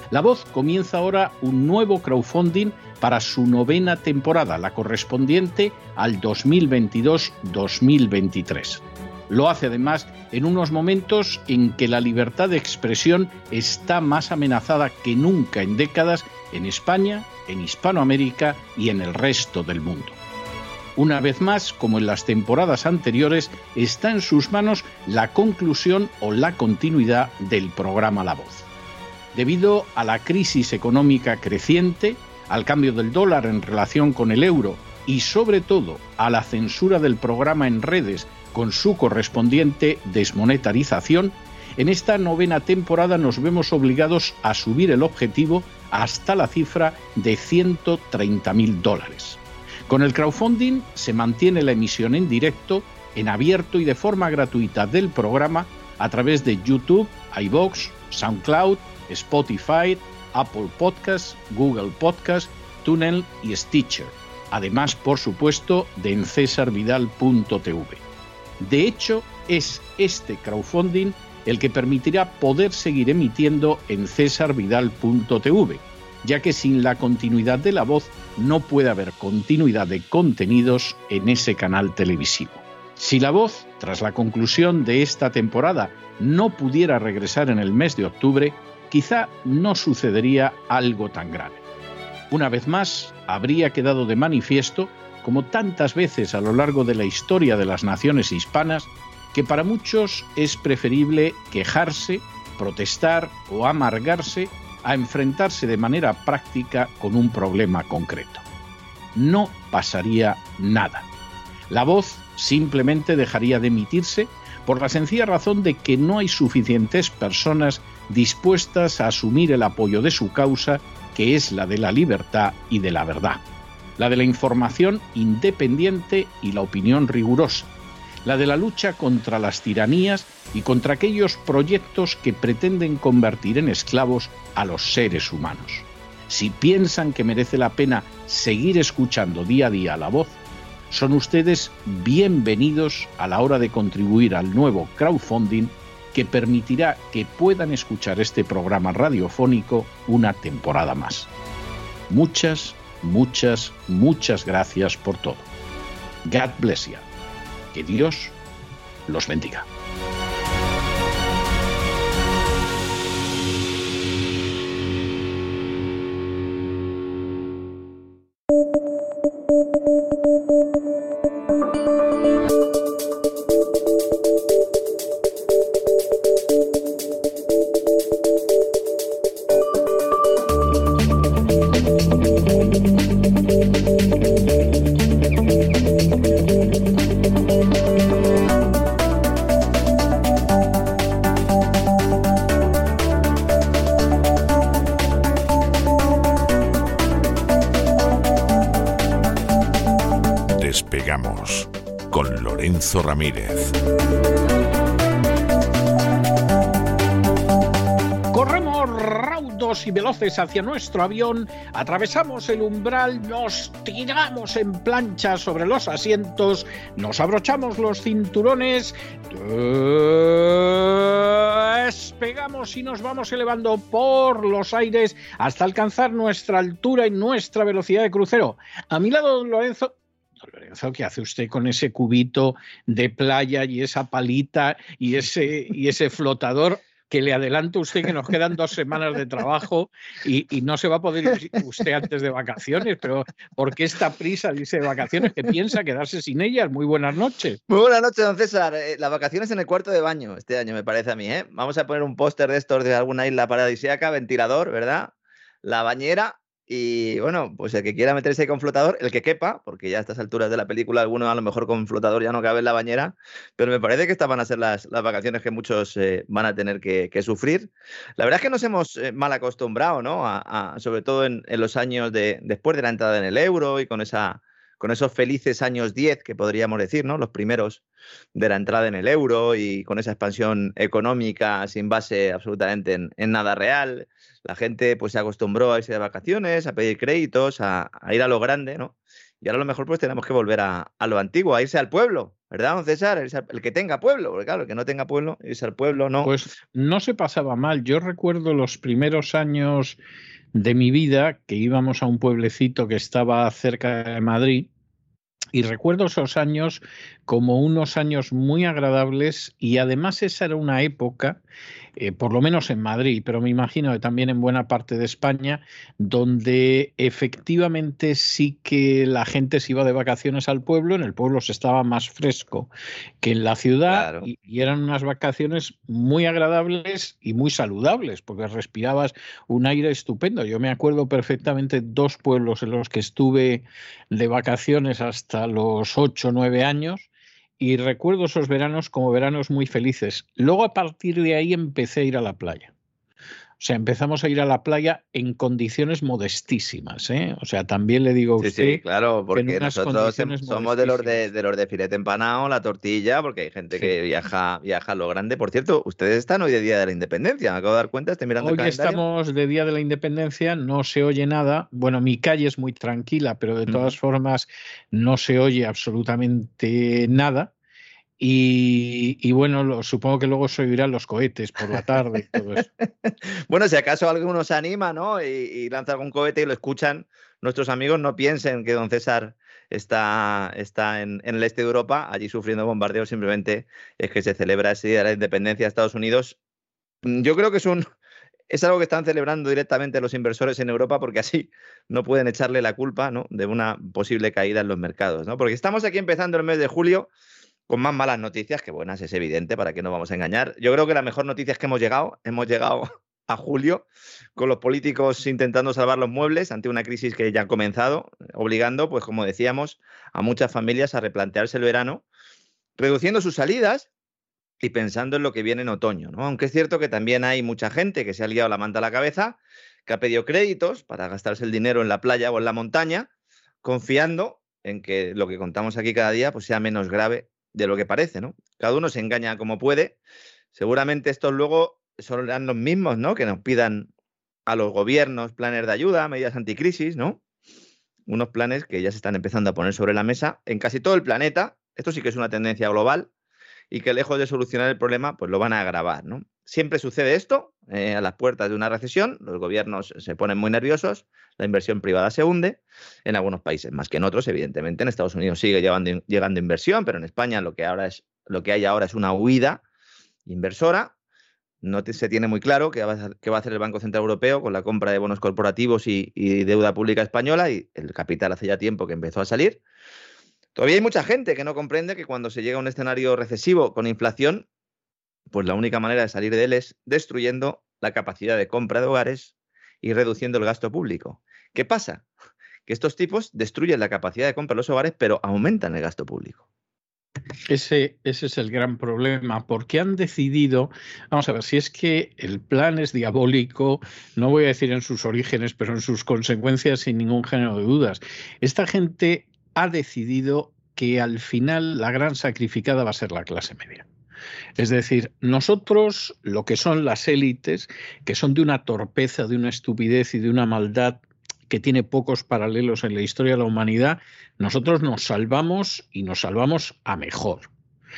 La Voz comienza ahora un nuevo crowdfunding para su 9ª temporada, la correspondiente al 2022-2023. Lo hace además en unos momentos en que la libertad de expresión está más amenazada que nunca en décadas en España, en Hispanoamérica y en el resto del mundo. Una vez más, como en las temporadas anteriores, está en sus manos la conclusión o la continuidad del programa La Voz. Debido a la crisis económica creciente, al cambio del dólar en relación con el euro y sobre todo a la censura del programa en redes con su correspondiente desmonetarización, en esta 9ª temporada nos vemos obligados a subir el objetivo hasta la cifra de $130.000. Con el crowdfunding se mantiene la emisión en directo, en abierto y de forma gratuita del programa a través de YouTube, iVoox, SoundCloud, Spotify, Apple Podcasts, Google Podcasts, TuneIn y Stitcher. Además, por supuesto, de encesarvidal.tv. De hecho, es este crowdfunding el que permitirá poder seguir emitiendo en cesarvidal.tv, ya que sin la continuidad de La Voz no puede haber continuidad de contenidos en ese canal televisivo. Si La Voz, tras la conclusión de esta temporada, no pudiera regresar en el mes de octubre, quizá no sucedería algo tan grave. Una vez más, habría quedado de manifiesto, como tantas veces a lo largo de la historia de las naciones hispanas, que para muchos es preferible quejarse, protestar o amargarse a enfrentarse de manera práctica con un problema concreto. No pasaría nada. La Voz simplemente dejaría de emitirse por la sencilla razón de que no hay suficientes personas dispuestas a asumir el apoyo de su causa, que es la de la libertad y de la verdad, la de la información independiente y la opinión rigurosa, la de la lucha contra las tiranías y contra aquellos proyectos que pretenden convertir en esclavos a los seres humanos. Si piensan que merece la pena seguir escuchando día a día La Voz, son ustedes bienvenidos a la hora de contribuir al nuevo crowdfunding que permitirá que puedan escuchar este programa radiofónico una temporada más. Muchas gracias por todo. God bless you. Que Dios los bendiga. Despegamos con Lorenzo Ramírez. Corremos raudos y veloces hacia nuestro avión, atravesamos el umbral, nos tiramos en plancha sobre los asientos, nos abrochamos los cinturones, despegamos y nos vamos elevando por los aires hasta alcanzar nuestra altura y nuestra velocidad de crucero. A mi lado, don Lorenzo, ¿qué hace usted con ese cubito de playa y esa palita y ese flotador? Que le adelanto a usted que nos quedan 2 semanas de trabajo y no se va a poder ir usted antes de vacaciones, pero ¿por qué esta prisa de irse de vacaciones que piensa quedarse sin ellas? Muy buenas noches. Muy buenas noches, don César. Las vacaciones en el cuarto de baño este año, me parece a mí, ¿eh? Vamos a poner un póster de estos de alguna isla paradisíaca, ventilador, ¿verdad? La bañera. Y bueno, pues el que quiera meterse con flotador, el que quepa, porque ya a estas alturas de la película alguno a lo mejor con flotador ya no cabe en la bañera, pero me parece que estas van a ser las vacaciones que muchos van a tener que sufrir. La verdad es que nos hemos mal acostumbrado, ¿no? Sobre todo en los años después de la entrada en el euro y con esos felices años 10 que podríamos decir, ¿no? Los primeros de la entrada en el euro y con esa expansión económica sin base absolutamente en nada real. La gente pues se acostumbró a irse de vacaciones, a pedir créditos, a ir a lo grande, ¿no? Y ahora a lo mejor pues tenemos que volver a lo antiguo, a irse al pueblo, ¿verdad, don César? El que tenga pueblo, porque claro, el que no tenga pueblo, irse al pueblo, no. Pues no se pasaba mal. Yo recuerdo los primeros años de mi vida que íbamos a un pueblecito que estaba cerca de Madrid. Y recuerdo esos años como unos años muy agradables y además esa era una época, por lo menos en Madrid, pero me imagino que también en buena parte de España, donde efectivamente sí que la gente se iba de vacaciones al pueblo, en el pueblo se estaba más fresco que en la ciudad Claro. y eran unas vacaciones muy agradables y muy saludables, porque respirabas un aire estupendo. Yo me acuerdo perfectamente 2 pueblos en los que estuve de vacaciones hasta los 8 o 9 años y recuerdo esos veranos como veranos muy felices. Luego a partir de ahí empecé a ir a la playa. O sea, empezamos a ir a la playa en condiciones modestísimas, ¿eh? O sea, también le digo a Sí, usted claro, que en porque unas nosotros condiciones somos de modestísimas. los de filete empanado, la tortilla, porque hay gente Sí. que viaja a lo grande. Por cierto, ustedes están hoy de Día de la Independencia, me acabo de dar cuenta, estoy mirando el Hoy calendario. estamos de Día de la Independencia, no se oye nada. Bueno, mi calle es muy tranquila, pero de Ujú. todas formas no se oye absolutamente nada. Y bueno, supongo que luego se oirán los cohetes por la tarde y todo eso. Bueno, si acaso alguno se anima, ¿no? Y lanza algún cohete y lo escuchan nuestros amigos, no piensen que don César está en el este de Europa, allí sufriendo bombardeos, simplemente es que se celebra ese Día de la Independencia de Estados Unidos. Yo creo que es algo que están celebrando directamente los inversores en Europa porque así no pueden echarle la culpa, ¿no?, de una posible caída en los mercados, ¿no? Porque estamos aquí empezando el mes de julio con más malas noticias que buenas, es evidente, para que no vamos a engañar. Yo creo que la mejor noticia es que hemos llegado a julio con los políticos intentando salvar los muebles ante una crisis que ya ha comenzado, obligando, pues como decíamos, a muchas familias a replantearse el verano, reduciendo sus salidas y pensando en lo que viene en otoño, ¿no? Aunque es cierto que también hay mucha gente que se ha liado la manta a la cabeza, que ha pedido créditos para gastarse el dinero en la playa o en la montaña, confiando en que lo que contamos aquí cada día pues sea menos grave de lo que parece, ¿no? Cada uno se engaña como puede. Seguramente estos luego son los mismos, ¿no?, que nos pidan a los gobiernos planes de ayuda, medidas anticrisis, ¿no? Unos planes que ya se están empezando a poner sobre la mesa en casi todo el planeta. Esto sí que es una tendencia global y que lejos de solucionar el problema, pues lo van a agravar, ¿no? Siempre sucede esto, a las puertas de una recesión, los gobiernos se ponen muy nerviosos, la inversión privada se hunde, en algunos países más que en otros, evidentemente. En Estados Unidos sigue llegando inversión, pero en España lo que hay ahora es una huida inversora. Se tiene muy claro qué va a hacer el Banco Central Europeo con la compra de bonos corporativos y deuda pública española, y el capital hace ya tiempo que empezó a salir. Todavía hay mucha gente que no comprende que cuando se llega a un escenario recesivo con inflación, pues la única manera de salir de él es destruyendo la capacidad de compra de hogares y reduciendo el gasto público. ¿Qué pasa? Que estos tipos destruyen la capacidad de compra de los hogares, pero aumentan el gasto público. Ese es el gran problema, porque han decidido, vamos a ver, si es que el plan es diabólico, no voy a decir en sus orígenes, pero en sus consecuencias sin ningún género de dudas. Esta gente ha decidido que al final la gran sacrificada va a ser la clase media. Es decir, nosotros, lo que son las élites, que son de una torpeza, de una estupidez y de una maldad que tiene pocos paralelos en la historia de la humanidad, nosotros nos salvamos y nos salvamos a mejor.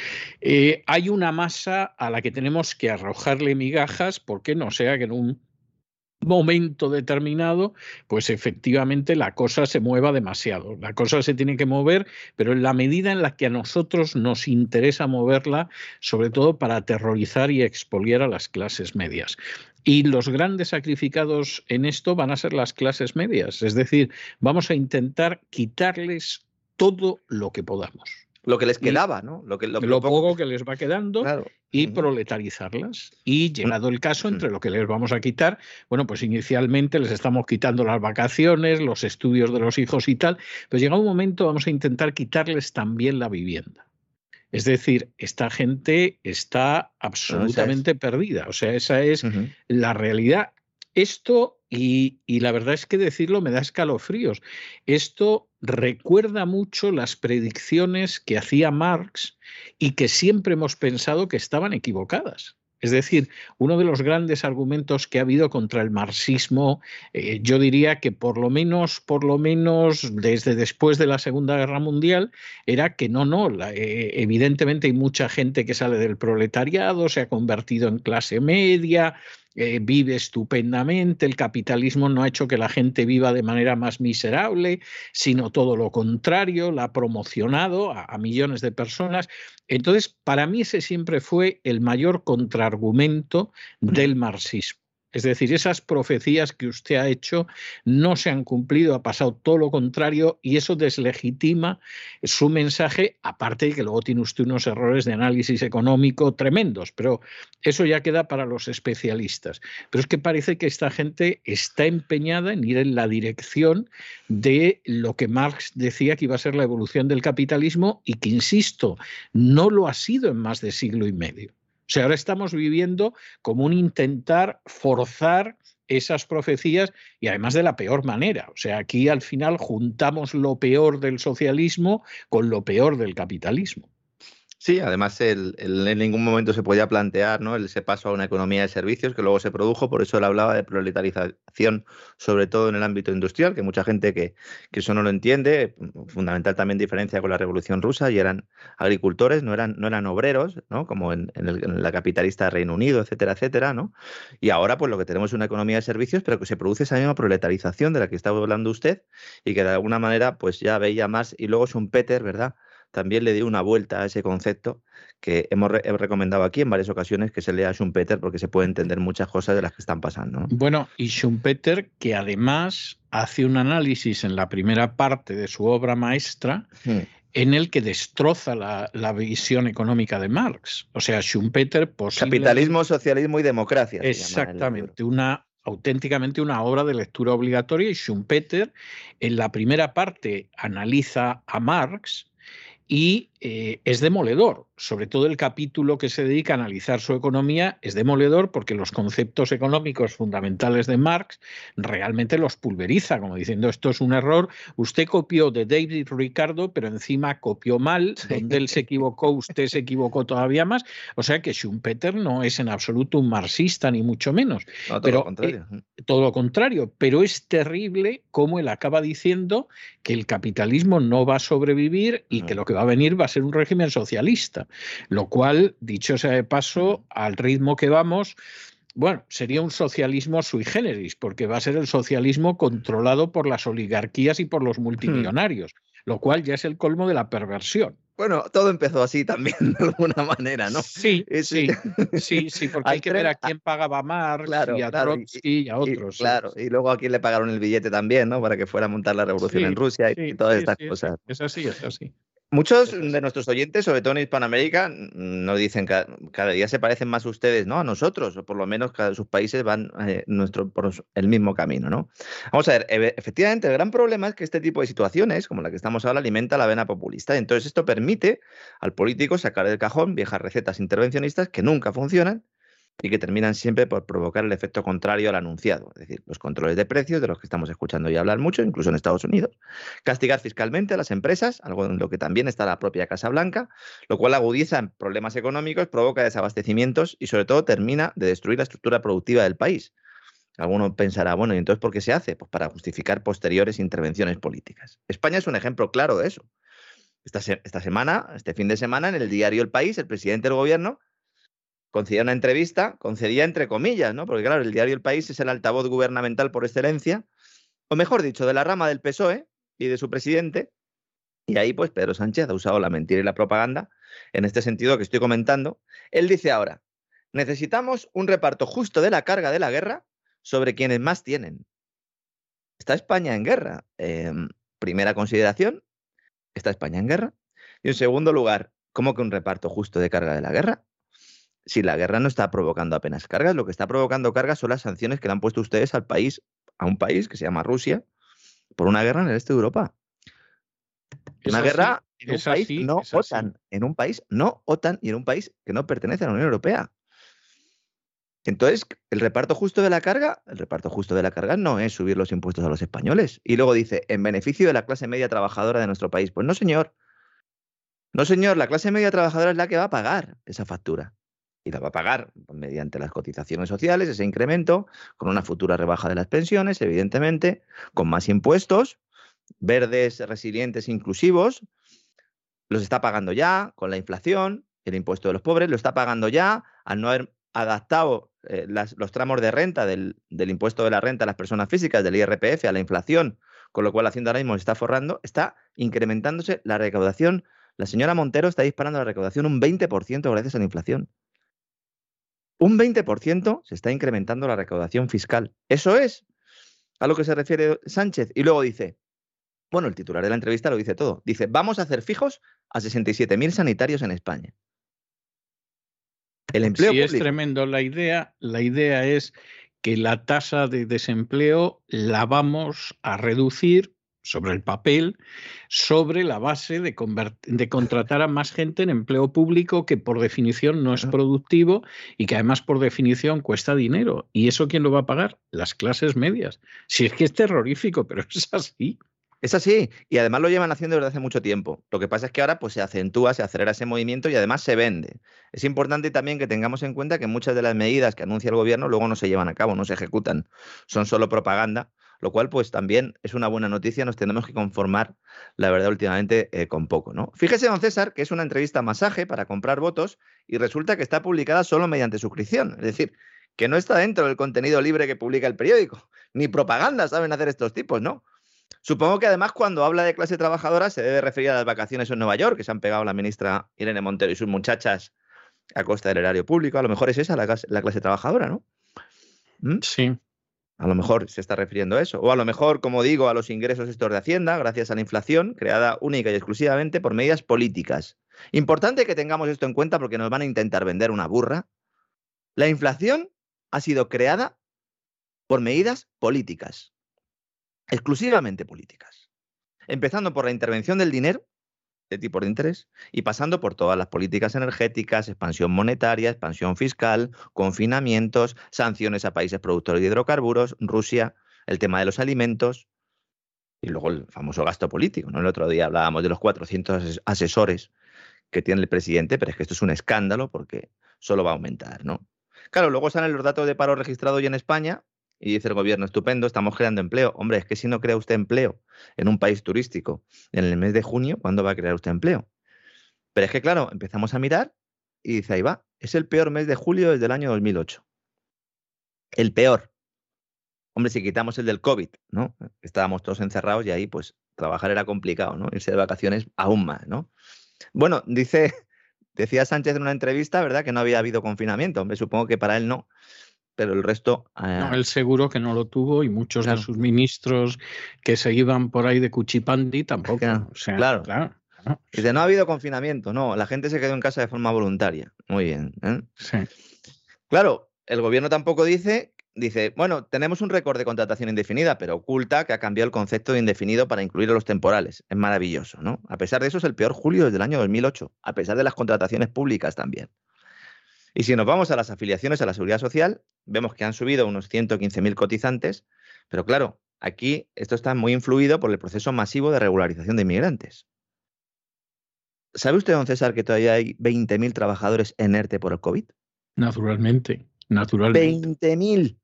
Hay una masa a la que tenemos que arrojarle migajas porque no sea que en un momento determinado, pues efectivamente la cosa se mueva demasiado. La cosa se tiene que mover, pero en la medida en la que a nosotros nos interesa moverla, sobre todo para aterrorizar y expoliar a las clases medias. Y los grandes sacrificados en esto van a ser las clases medias, es decir, vamos a intentar quitarles todo lo que podamos. Lo que les Y quedaba, ¿no? Lo poco que les va quedando, claro. y proletarizarlas. Y llegado el caso, entre lo que les vamos a quitar, bueno, pues inicialmente les estamos quitando las vacaciones, los estudios de los hijos y tal, pero llegado un momento vamos a intentar quitarles también la vivienda. Es decir, esta gente está absolutamente perdida. O sea, esa es la realidad. Esto, y la verdad es que decirlo me da escalofríos, esto recuerda mucho las predicciones que hacía Marx y que siempre hemos pensado que estaban equivocadas. Es decir, uno de los grandes argumentos que ha habido contra el marxismo, yo diría que por lo menos desde después de la Segunda Guerra Mundial, era que evidentemente hay mucha gente que sale del proletariado, se ha convertido en clase media, vive estupendamente, el capitalismo no ha hecho que la gente viva de manera más miserable, sino todo lo contrario, la ha promocionado a millones de personas. Entonces, para mí ese siempre fue el mayor contraargumento del marxismo. Es decir, esas profecías que usted ha hecho no se han cumplido, ha pasado todo lo contrario y eso deslegitima su mensaje, aparte de que luego tiene usted unos errores de análisis económico tremendos, pero eso ya queda para los especialistas. Pero es que parece que esta gente está empeñada en ir en la dirección de lo que Marx decía que iba a ser la evolución del capitalismo y que, insisto, no lo ha sido en más de siglo y medio. O sea, ahora estamos viviendo como un intentar forzar esas profecías y además de la peor manera. O sea, aquí al final juntamos lo peor del socialismo con lo peor del capitalismo. Sí, además en ningún momento se podía plantear, ¿no?, ese paso a una economía de servicios que luego se produjo, por eso él hablaba de proletarización, sobre todo en el ámbito industrial, que mucha gente que eso no lo entiende, fundamental también diferencia con la Revolución Rusa, y eran agricultores, no eran obreros, ¿no?, como en la capitalista de Reino Unido, etcétera, etcétera, ¿no? Y ahora pues lo que tenemos es una economía de servicios, pero que se produce esa misma proletarización de la que estaba hablando usted y que de alguna manera pues ya veía más, y luego Schumpeter, ¿verdad?, también le dio una vuelta a ese concepto que hemos recomendado aquí en varias ocasiones, que se lea a Schumpeter porque se puede entender muchas cosas de las que están pasando, ¿no? Bueno, y Schumpeter, que además hace un análisis en la primera parte de su obra maestra en el que destroza la visión económica de Marx. O sea, Schumpeter Capitalismo, socialismo y democracia. Exactamente, auténticamente una obra de lectura obligatoria, y Schumpeter en la primera parte analiza a Marx y es demoledor. Sobre todo el capítulo que se dedica a analizar su economía es demoledor porque los conceptos económicos fundamentales de Marx realmente los pulveriza, como diciendo esto es un error, usted copió de David Ricardo, pero encima copió mal, donde él se equivocó, usted se equivocó todavía más. O sea que Schumpeter no es en absoluto un marxista, ni mucho menos. No, todo lo contrario. Todo lo contrario, pero es terrible cómo él acaba diciendo que el capitalismo no va a sobrevivir y que lo que va a venir va a ser un régimen socialista. Lo cual, dicho sea de paso, al ritmo que vamos, bueno, sería un socialismo sui generis, porque va a ser el socialismo controlado por las oligarquías y por los multimillonarios, lo cual ya es el colmo de la perversión. Bueno, todo empezó así también, de alguna manera, ¿no? Sí, porque hay que ver a quién pagaba Marx, y a Trotsky y a otros. Claro, y luego a quién le pagaron el billete también, ¿no?, para que fuera a montar la revolución en Rusia y todas estas cosas. Es así. Muchos de nuestros oyentes, sobre todo en Hispanoamérica, nos dicen que cada día se parecen más ustedes, ¿no?, a nosotros, o por lo menos cada sus países van por el mismo camino, ¿no? Vamos a ver, efectivamente, el gran problema es que este tipo de situaciones, como la que estamos ahora, alimenta la vena populista. Entonces, esto permite al político sacar del cajón viejas recetas intervencionistas que nunca funcionan y que terminan siempre por provocar el efecto contrario al anunciado, es decir, los controles de precios, de los que estamos escuchando ya hablar mucho, incluso en Estados Unidos, castigar fiscalmente a las empresas, algo en lo que también está la propia Casa Blanca, lo cual agudiza problemas económicos, provoca desabastecimientos y sobre todo termina de destruir la estructura productiva del país. Alguno pensará, bueno, ¿y entonces por qué se hace? Pues para justificar posteriores intervenciones políticas. España es un ejemplo claro de eso. Este fin de semana, en el diario El País, el presidente del gobierno concedía una entrevista, concedía entre comillas, ¿no?, porque claro, el diario El País es el altavoz gubernamental por excelencia, o mejor dicho, de la rama del PSOE y de su presidente, y ahí pues Pedro Sánchez ha usado la mentira y la propaganda en este sentido que estoy comentando. Él dice ahora, necesitamos un reparto justo de la carga de la guerra sobre quienes más tienen. ¿Está España en guerra? Primera consideración, ¿está España en guerra? Y en segundo lugar, ¿cómo que un reparto justo de carga de la guerra? Si la guerra no está provocando apenas cargas, lo que está provocando cargas son las sanciones que le han puesto ustedes a un país que se llama Rusia, por una guerra en el este de Europa. Una guerra en un país no OTAN, en un país no OTAN y en un país que no pertenece a la Unión Europea. Entonces, el reparto justo de la carga no es subir los impuestos a los españoles. Y luego dice, en beneficio de la clase media trabajadora de nuestro país. Pues no, señor. No, señor, la clase media trabajadora es la que va a pagar esa factura. y la va a pagar mediante las cotizaciones sociales, ese incremento, con una futura rebaja de las pensiones, evidentemente, con más impuestos, verdes, resilientes, inclusivos, los está pagando ya con la inflación, el impuesto de los pobres, lo está pagando ya al no haber adaptado los tramos de renta del impuesto de la renta a las personas físicas, del IRPF, a la inflación, con lo cual la Hacienda ahora mismo se está forrando, está incrementándose la recaudación. La señora Montero está disparando la recaudación un 20% gracias a la inflación. Un 20% se está incrementando la recaudación fiscal. Eso es a lo que se refiere Sánchez. Y luego dice, bueno, el titular de la entrevista lo dice todo. Dice, vamos a hacer fijos a 67.000 sanitarios en España. El empleo público. Es tremendo la idea es que la tasa de desempleo la vamos a reducir sobre el papel, sobre la base de contratar a más gente en empleo público que por definición no es productivo y que además por definición cuesta dinero. ¿Y eso quién lo va a pagar? Las clases medias. Si es que es terrorífico, pero es así. Es así, y además lo llevan haciendo desde hace mucho tiempo. Lo que pasa es que ahora pues, se acentúa, se acelera ese movimiento y además se vende. Es importante también que tengamos en cuenta que muchas de las medidas que anuncia el gobierno luego no se llevan a cabo, no se ejecutan, son solo propaganda, lo cual pues también es una buena noticia, nos tenemos que conformar, la verdad, últimamente con poco, ¿no? Fíjese, don César, que es una entrevista masaje para comprar votos y resulta que está publicada solo mediante suscripción, es decir, que no está dentro del contenido libre que publica el periódico, ni propaganda saben hacer estos tipos, ¿no? Supongo que además cuando habla de clase trabajadora se debe referir a las vacaciones en Nueva York que se han pegado la ministra Irene Montero y sus muchachas a costa del erario público. A lo mejor es esa la clase trabajadora, ¿no? Sí. A lo mejor se está refiriendo a eso. O a lo mejor, como digo, a los ingresos estos de Hacienda gracias a la inflación creada única y exclusivamente por medidas políticas. Importante que tengamos esto en cuenta porque nos van a intentar vender una burra. La inflación ha sido creada por medidas políticas. Exclusivamente políticas, empezando por la intervención del dinero de tipos de interés y pasando por todas las políticas energéticas, expansión monetaria, expansión fiscal, confinamientos, sanciones a países productores de hidrocarburos, Rusia, el tema de los alimentos y luego el famoso gasto político, ¿no? El otro día hablábamos de los 400 asesores que tiene el presidente, pero es que esto es un escándalo porque solo va a aumentar, ¿no? Claro, luego salen los datos de paro registrado hoy en España. Y dice el gobierno, estupendo, estamos creando empleo. Hombre, es que si no crea usted empleo en un país turístico en el mes de junio, ¿cuándo va a crear usted empleo? Pero es que, claro, empezamos a mirar y dice, ahí va, es el peor mes de julio desde el año 2008. El peor. Hombre, si quitamos el del COVID, ¿no? Estábamos todos encerrados y ahí, pues, trabajar era complicado, ¿no? Irse de vacaciones aún más, ¿no? Bueno, decía Sánchez en una entrevista, ¿verdad?, que no había habido confinamiento. Hombre, supongo que para él no. Pero el resto... No, él seguro que no lo tuvo y muchos de sus ministros que se iban por ahí de cuchipandi tampoco. Claro, o sea, claro. ¿no? Dice, no ha habido confinamiento, no, la gente se quedó en casa de forma voluntaria. Muy bien. Sí. Claro, el gobierno tampoco dice, bueno, tenemos un récord de contratación indefinida, pero oculta que ha cambiado el concepto de indefinido para incluir a los temporales. Es maravilloso, ¿no? A pesar de eso es el peor julio desde el año 2008, a pesar de las contrataciones públicas también. Y si nos vamos a las afiliaciones a la Seguridad Social, vemos que han subido unos 115.000 cotizantes, pero claro, aquí esto está muy influido por el proceso masivo de regularización de inmigrantes. ¿Sabe usted, don César, que todavía hay 20.000 trabajadores en ERTE por el COVID? Naturalmente. 20.000.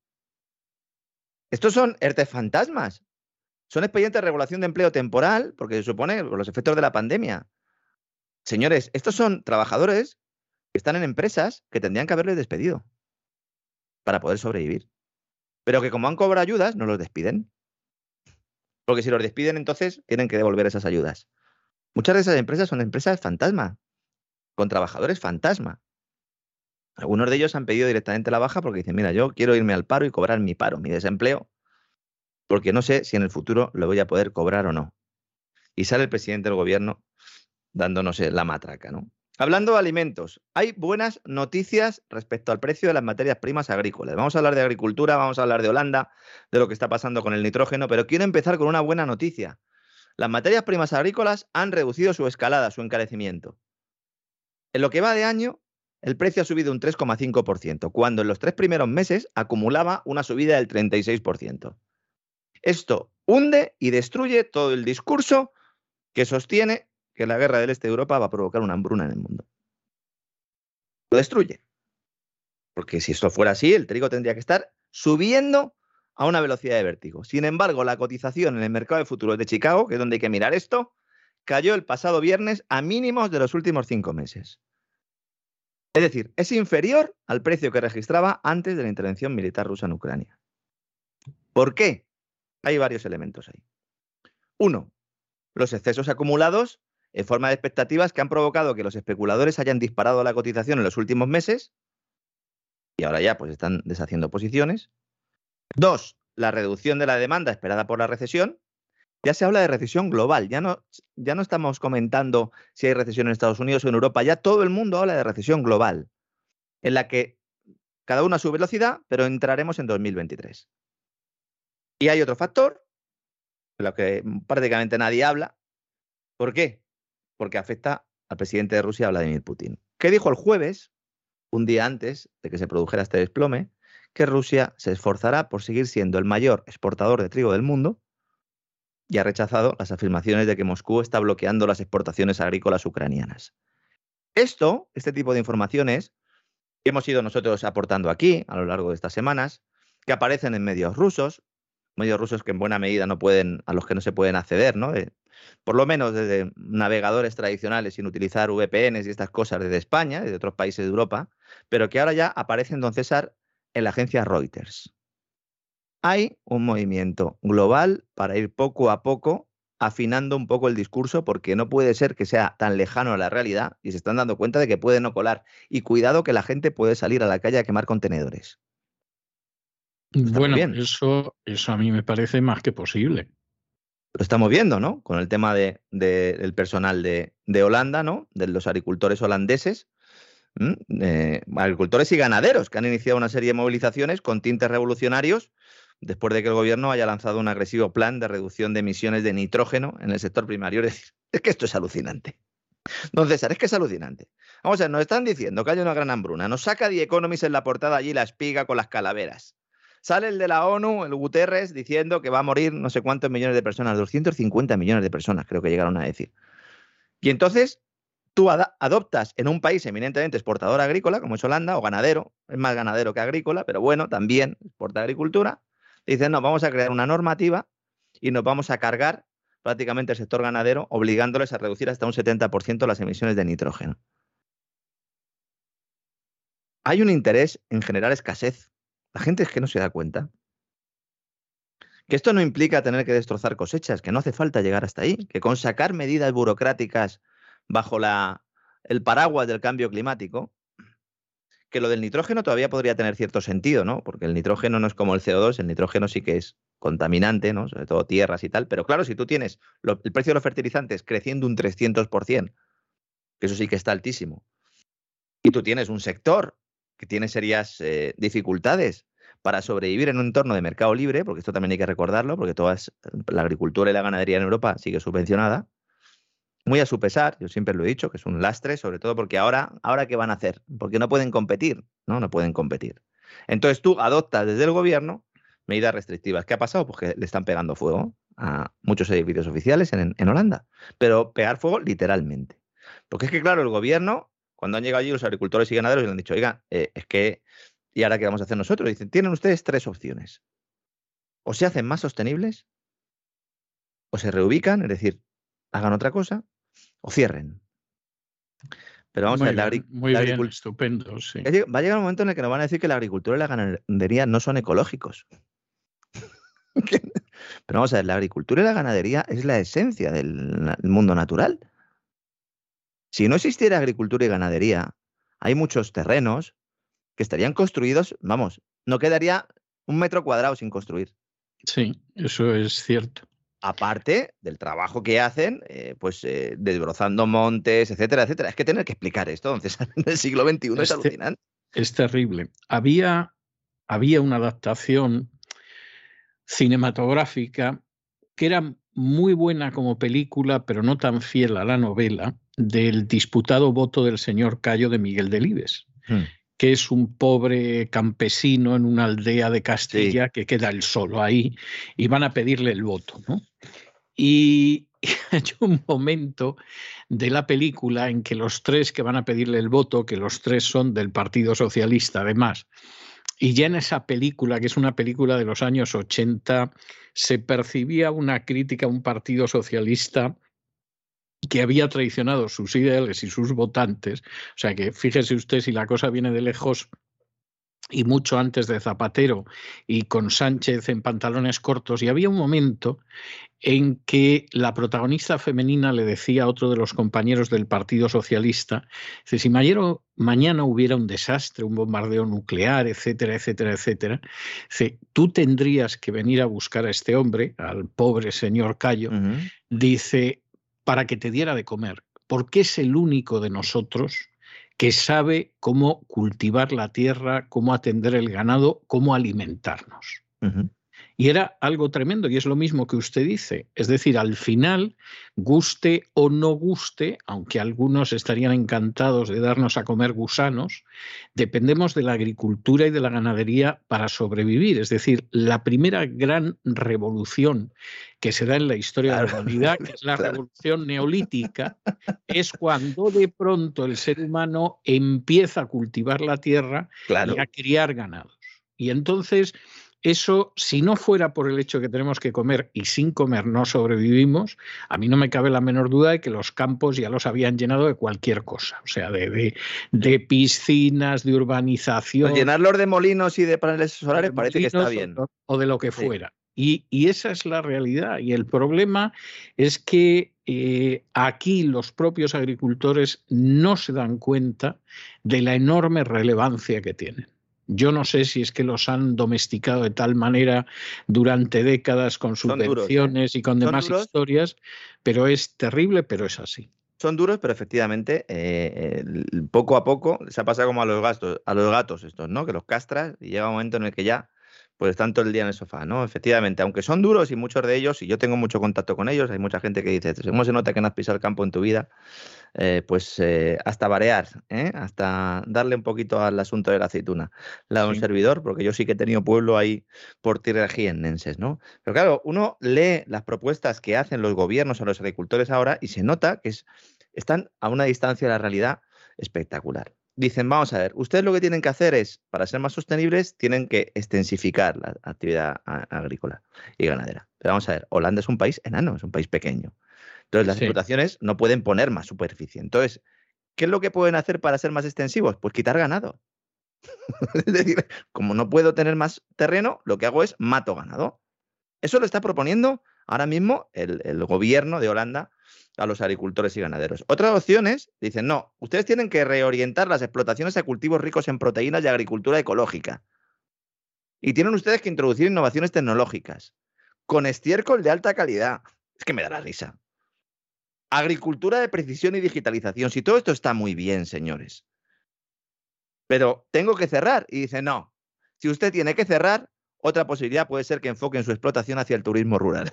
Estos son ERTE fantasmas. Son expedientes de regulación de empleo temporal, porque se supone por los efectos de la pandemia. Señores, estos son trabajadores que están en empresas que tendrían que haberles despedido para poder sobrevivir. Pero que como han cobrado ayudas, no los despiden. Porque si los despiden, entonces tienen que devolver esas ayudas. Muchas de esas empresas son empresas fantasma, con trabajadores fantasma. Algunos de ellos han pedido directamente la baja porque dicen, mira, yo quiero irme al paro y cobrar mi paro, mi desempleo, porque no sé si en el futuro lo voy a poder cobrar o no. Y sale el presidente del gobierno dándonos la matraca, ¿no? Hablando de alimentos, hay buenas noticias respecto al precio de las materias primas agrícolas. Vamos a hablar de agricultura, vamos a hablar de Holanda, de lo que está pasando con el nitrógeno, pero quiero empezar con una buena noticia. Las materias primas agrícolas han reducido su escalada, su encarecimiento. En lo que va de año, el precio ha subido un 3,5%, cuando en los 3 primeros meses acumulaba una subida del 36%. Esto hunde y destruye todo el discurso que sostiene que la guerra del este de Europa va a provocar una hambruna en el mundo. Lo destruye. Porque si esto fuera así, el trigo tendría que estar subiendo a una velocidad de vértigo. Sin embargo, la cotización en el mercado de futuros de Chicago, que es donde hay que mirar esto, cayó el pasado viernes a mínimos de los últimos 5 meses. Es decir, es inferior al precio que registraba antes de la intervención militar rusa en Ucrania. ¿Por qué? Hay varios elementos ahí. 1. Los excesos acumulados en forma de expectativas que han provocado que los especuladores hayan disparado la cotización en los últimos meses y ahora ya pues están deshaciendo posiciones. 2. La reducción de la demanda esperada por la recesión. Ya se habla de recesión global, ya no estamos comentando si hay recesión en Estados Unidos o en Europa, ya todo el mundo habla de recesión global, en la que cada uno a su velocidad, pero entraremos en 2023. Y hay otro factor, de lo que prácticamente nadie habla. ¿Por qué? Porque afecta al presidente de Rusia, Vladimir Putin, que dijo el jueves, un día antes de que se produjera este desplome, que Rusia se esforzará por seguir siendo el mayor exportador de trigo del mundo y ha rechazado las afirmaciones de que Moscú está bloqueando las exportaciones agrícolas ucranianas. Este tipo de informaciones que hemos ido nosotros aportando aquí a lo largo de estas semanas, que aparecen en medios rusos que en buena medida a los que no se pueden acceder, ¿no? Por lo menos desde navegadores tradicionales sin utilizar VPNs y estas cosas desde España, desde otros países de Europa, pero que ahora ya aparecen, don César, en la agencia Reuters. Hay un movimiento global para ir poco a poco afinando un poco el discurso, porque no puede ser que sea tan lejano a la realidad y se están dando cuenta de que puede no colar. Y cuidado que la gente puede salir a la calle a quemar contenedores. Bueno, eso a mí me parece más que posible. Lo estamos viendo, ¿no? Con el tema del personal de Holanda, ¿no? De los agricultores holandeses, agricultores y ganaderos que han iniciado una serie de movilizaciones con tintes revolucionarios después de que el gobierno haya lanzado un agresivo plan de reducción de emisiones de nitrógeno en el sector primario. Es decir, es que esto es alucinante. Don César, es que es alucinante. Vamos a ver, nos están diciendo que hay una gran hambruna. Nos saca The Economist en la portada allí la espiga con las calaveras. Sale el de la ONU, el Guterres, diciendo que va a morir no sé cuántos millones de personas, 250 millones de personas, creo que llegaron a decir. Y entonces tú adoptas en un país eminentemente exportador agrícola, como es Holanda, o ganadero, es más ganadero que agrícola, pero bueno, también exporta agricultura. Dicen, no, vamos a crear una normativa y nos vamos a cargar prácticamente el sector ganadero, obligándoles a reducir hasta un 70% las emisiones de nitrógeno. Hay un interés en generar escasez. La gente es que no se da cuenta. Que esto no implica tener que destrozar cosechas, que no hace falta llegar hasta ahí, que con sacar medidas burocráticas bajo el paraguas del cambio climático, que lo del nitrógeno todavía podría tener cierto sentido, ¿no? Porque el nitrógeno no es como el CO2, el nitrógeno sí que es contaminante, ¿no? Sobre todo tierras y tal, pero claro, si tú tienes el precio de los fertilizantes creciendo un 300%, que eso sí que está altísimo, y tú tienes un sector que tiene serias dificultades para sobrevivir en un entorno de mercado libre, porque esto también hay que recordarlo, porque la agricultura y la ganadería en Europa sigue subvencionada, muy a su pesar, yo siempre lo he dicho, que es un lastre, sobre todo porque ahora ¿qué van a hacer? Porque no pueden competir, ¿no? No pueden competir. Entonces tú adoptas desde el gobierno medidas restrictivas. ¿Qué ha pasado? Pues que le están pegando fuego a muchos edificios oficiales en Holanda, pero pegar fuego literalmente. Porque es que, claro, el gobierno, cuando han llegado allí los agricultores y ganaderos, le han dicho, oiga, es que, ¿y ahora qué vamos a hacer nosotros? Dicen, tienen ustedes 3 opciones. O se hacen más sostenibles, o se reubican, es decir, hagan otra cosa, o cierren. Pero vamos a ver, muy bien, estupendo, sí. Va a llegar un momento en el que nos van a decir que la agricultura y la ganadería no son ecológicos. Pero vamos a ver, la agricultura y la ganadería es la esencia del mundo natural. Si no existiera agricultura y ganadería, hay muchos terrenos que estarían construidos, vamos, no quedaría 1 metro cuadrado sin construir. Sí, eso es cierto. Aparte del trabajo que hacen, desbrozando montes, etcétera, etcétera. Es que tener que explicar esto, entonces, en el siglo XXI es alucinante. Es terrible. Había una adaptación cinematográfica que era muy buena como película, pero no tan fiel a la novela, del disputado voto del señor Cayo de Miguel Delibes, que es un pobre campesino en una aldea de Castilla que queda él solo ahí y van a pedirle el voto, ¿no? Y hay un momento de la película en que los tres que van a pedirle el voto, que los tres son del Partido Socialista además, y ya en esa película, que es una película de los años 80, se percibía una crítica a un Partido Socialista que había traicionado sus ideales y sus votantes. O sea que fíjese usted, si la cosa viene de lejos y mucho antes de Zapatero y con Sánchez en pantalones cortos, y había un momento en que la protagonista femenina le decía a otro de los compañeros del Partido Socialista, dice, si mañana hubiera un desastre, un bombardeo nuclear, etcétera, etcétera, etcétera, dice, tú tendrías que venir a buscar a este hombre, al pobre señor Cayo, dice, para que te diera de comer, porque es el único de nosotros que sabe cómo cultivar la tierra, cómo atender el ganado, cómo alimentarnos. Y era algo tremendo, y es lo mismo que usted dice. Es decir, al final, guste o no guste, aunque algunos estarían encantados de darnos a comer gusanos, dependemos de la agricultura y de la ganadería para sobrevivir. Es decir, la primera gran revolución que se da en la historia de la humanidad, que es la revolución neolítica, es cuando de pronto el ser humano empieza a cultivar la tierra y a criar ganados. Y entonces, eso, si no fuera por el hecho de que tenemos que comer y sin comer no sobrevivimos, a mí no me cabe la menor duda de que los campos ya los habían llenado de cualquier cosa, o sea, de piscinas, de urbanización. Pues llenarlos de molinos y de paneles solares parece que está bien. O de lo que fuera. Y esa es la realidad. Y el problema es que aquí los propios agricultores no se dan cuenta de la enorme relevancia que tienen. Yo no sé si es que los han domesticado de tal manera durante décadas con subvenciones y con demás historias, pero es terrible, pero es así. Son duros, pero efectivamente, poco a poco, se ha pasado como a los gatos estos, ¿no? Que los castras y llega un momento en el que ya pues están todo el día en el sofá, ¿no? Efectivamente, aunque son duros y muchos de ellos, y yo tengo mucho contacto con ellos, hay mucha gente que dice, ¿cómo se nota que no has pisado el campo en tu vida? Hasta varear, hasta darle un poquito al asunto de la aceituna. Un servidor, porque yo sí que he tenido pueblo ahí por tierras jiennenses, ¿no? Pero claro, uno lee las propuestas que hacen los gobiernos a los agricultores ahora y se nota que están a una distancia de la realidad espectacular. Dicen, vamos a ver, ustedes lo que tienen que hacer es, para ser más sostenibles, tienen que extensificar la actividad agrícola y ganadera. Pero vamos a ver, Holanda es un país enano, es un país pequeño. Entonces, las explotaciones no pueden poner más superficie. Entonces, ¿qué es lo que pueden hacer para ser más extensivos? Pues quitar ganado. Es decir, como no puedo tener más terreno, lo que hago es mato ganado. Eso lo está proponiendo ahora mismo el gobierno de Holanda a los agricultores y ganaderos. Otras opciones dicen, no, ustedes tienen que reorientar las explotaciones a cultivos ricos en proteínas y agricultura ecológica. Y tienen ustedes que introducir innovaciones tecnológicas con estiércol de alta calidad. Es que me da la risa. Agricultura de precisión y digitalización. Si todo esto está muy bien, señores. Pero tengo que cerrar. Y dice, no, si usted tiene que cerrar, otra posibilidad puede ser que enfoquen su explotación hacia el turismo rural.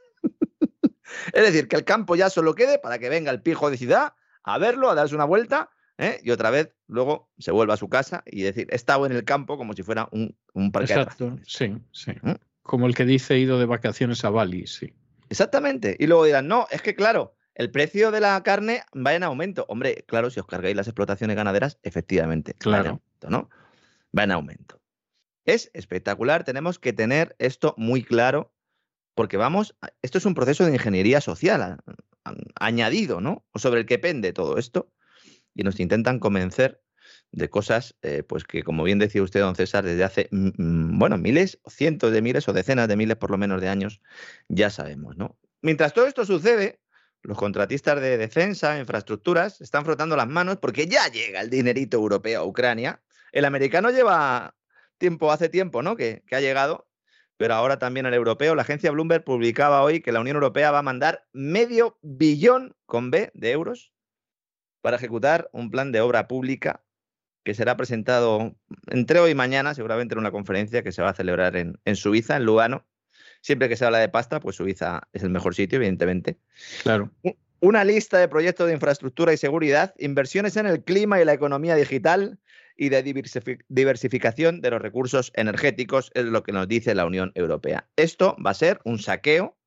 Es decir, que el campo ya solo quede para que venga el pijo de ciudad a verlo, a darse una vuelta, y otra vez luego se vuelva a su casa y decir, he estado en el campo como si fuera un parque. Exacto, sí. Como el que dice, he ido de vacaciones a Bali, sí. Exactamente. Y luego dirán, no, es que claro, el precio de la carne va en aumento. Hombre, claro, si os cargáis las explotaciones ganaderas, efectivamente, claro. Va en aumento, ¿no? Va en aumento. Es espectacular, tenemos que tener esto muy claro, porque esto es un proceso de ingeniería social añadido, ¿no? O sobre el que pende todo esto, y nos intentan convencer de cosas, pues que, como bien decía usted, don César, desde hace, miles, cientos de miles o decenas de miles, por lo menos, de años, ya sabemos, ¿no? Mientras todo esto sucede, los contratistas de defensa, infraestructuras, están frotando las manos porque ya llega el dinerito europeo a Ucrania. El americano lleva hace tiempo, ¿no? Que ha llegado. Pero ahora también el europeo. La agencia Bloomberg publicaba hoy que la Unión Europea va a mandar $500 billion de euros para ejecutar un plan de obra pública que será presentado entre hoy y mañana, seguramente en una conferencia que se va a celebrar en Suiza, en Lugano. Siempre que se habla de pasta, pues Suiza es el mejor sitio, evidentemente. Claro. Una lista de proyectos de infraestructura y seguridad, inversiones en el clima y la economía digital, y de diversificación de los recursos energéticos, es lo que nos dice la Unión Europea. Esto va a ser un saqueo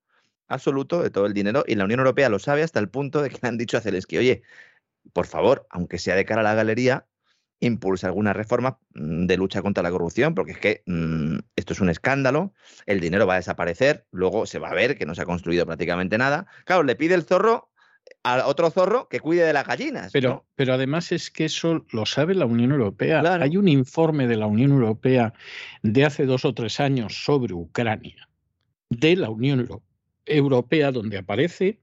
absoluto de todo el dinero, y la Unión Europea lo sabe hasta el punto de que le han dicho a Zelensky, oye, por favor, aunque sea de cara a la galería, impulsa alguna reforma de lucha contra la corrupción, porque es que esto es un escándalo, el dinero va a desaparecer, luego se va a ver que no se ha construido prácticamente nada. Claro, le pide el zorro a otro zorro que cuide de las gallinas. Pero además es que eso lo sabe la Unión Europea. Claro. Hay un informe de la Unión Europea de hace 2 o 3 años sobre Ucrania, de la Unión Europea, donde aparece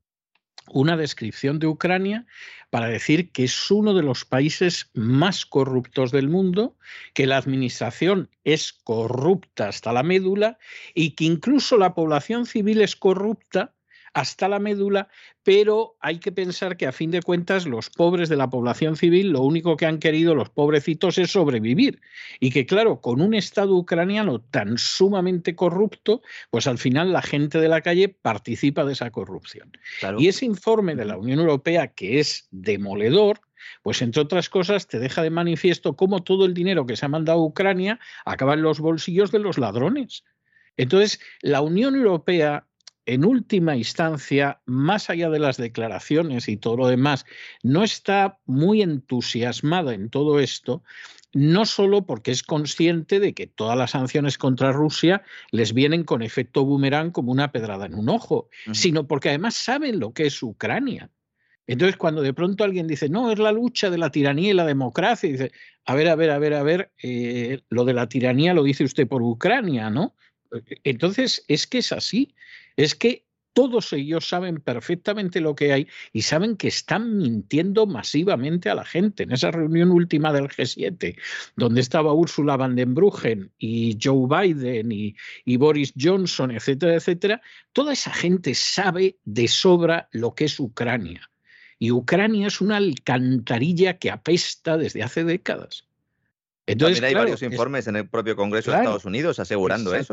una descripción de Ucrania para decir que es uno de los países más corruptos del mundo, que la administración es corrupta hasta la médula y que incluso la población civil es corrupta hasta la médula, pero hay que pensar que a fin de cuentas los pobres de la población civil lo único que han querido los pobrecitos es sobrevivir y que claro, con un Estado ucraniano tan sumamente corrupto, pues al final la gente de la calle participa de esa corrupción. Claro. Y ese informe de la Unión Europea, que es demoledor, pues entre otras cosas te deja de manifiesto cómo todo el dinero que se ha mandado a Ucrania acaba en los bolsillos de los ladrones. Entonces, la Unión Europea, en última instancia, más allá de las declaraciones y todo lo demás, no está muy entusiasmada en todo esto, no solo porque es consciente de que todas las sanciones contra Rusia les vienen con efecto boomerang como una pedrada en un ojo, sino porque además saben lo que es Ucrania. Entonces, cuando de pronto alguien dice, no, es la lucha de la tiranía y la democracia, y dice, a ver, lo de la tiranía lo dice usted por Ucrania, ¿no? Entonces, es que es así. Es que todos ellos saben perfectamente lo que hay y saben que están mintiendo masivamente a la gente. En esa reunión última del G7, donde estaba Ursula von der Leyen y Joe Biden y Boris Johnson, etcétera, etcétera, toda esa gente sabe de sobra lo que es Ucrania. Y Ucrania es una alcantarilla que apesta desde hace décadas. Entonces, también hay varios informes en el propio Congreso de Estados Unidos asegurando eso.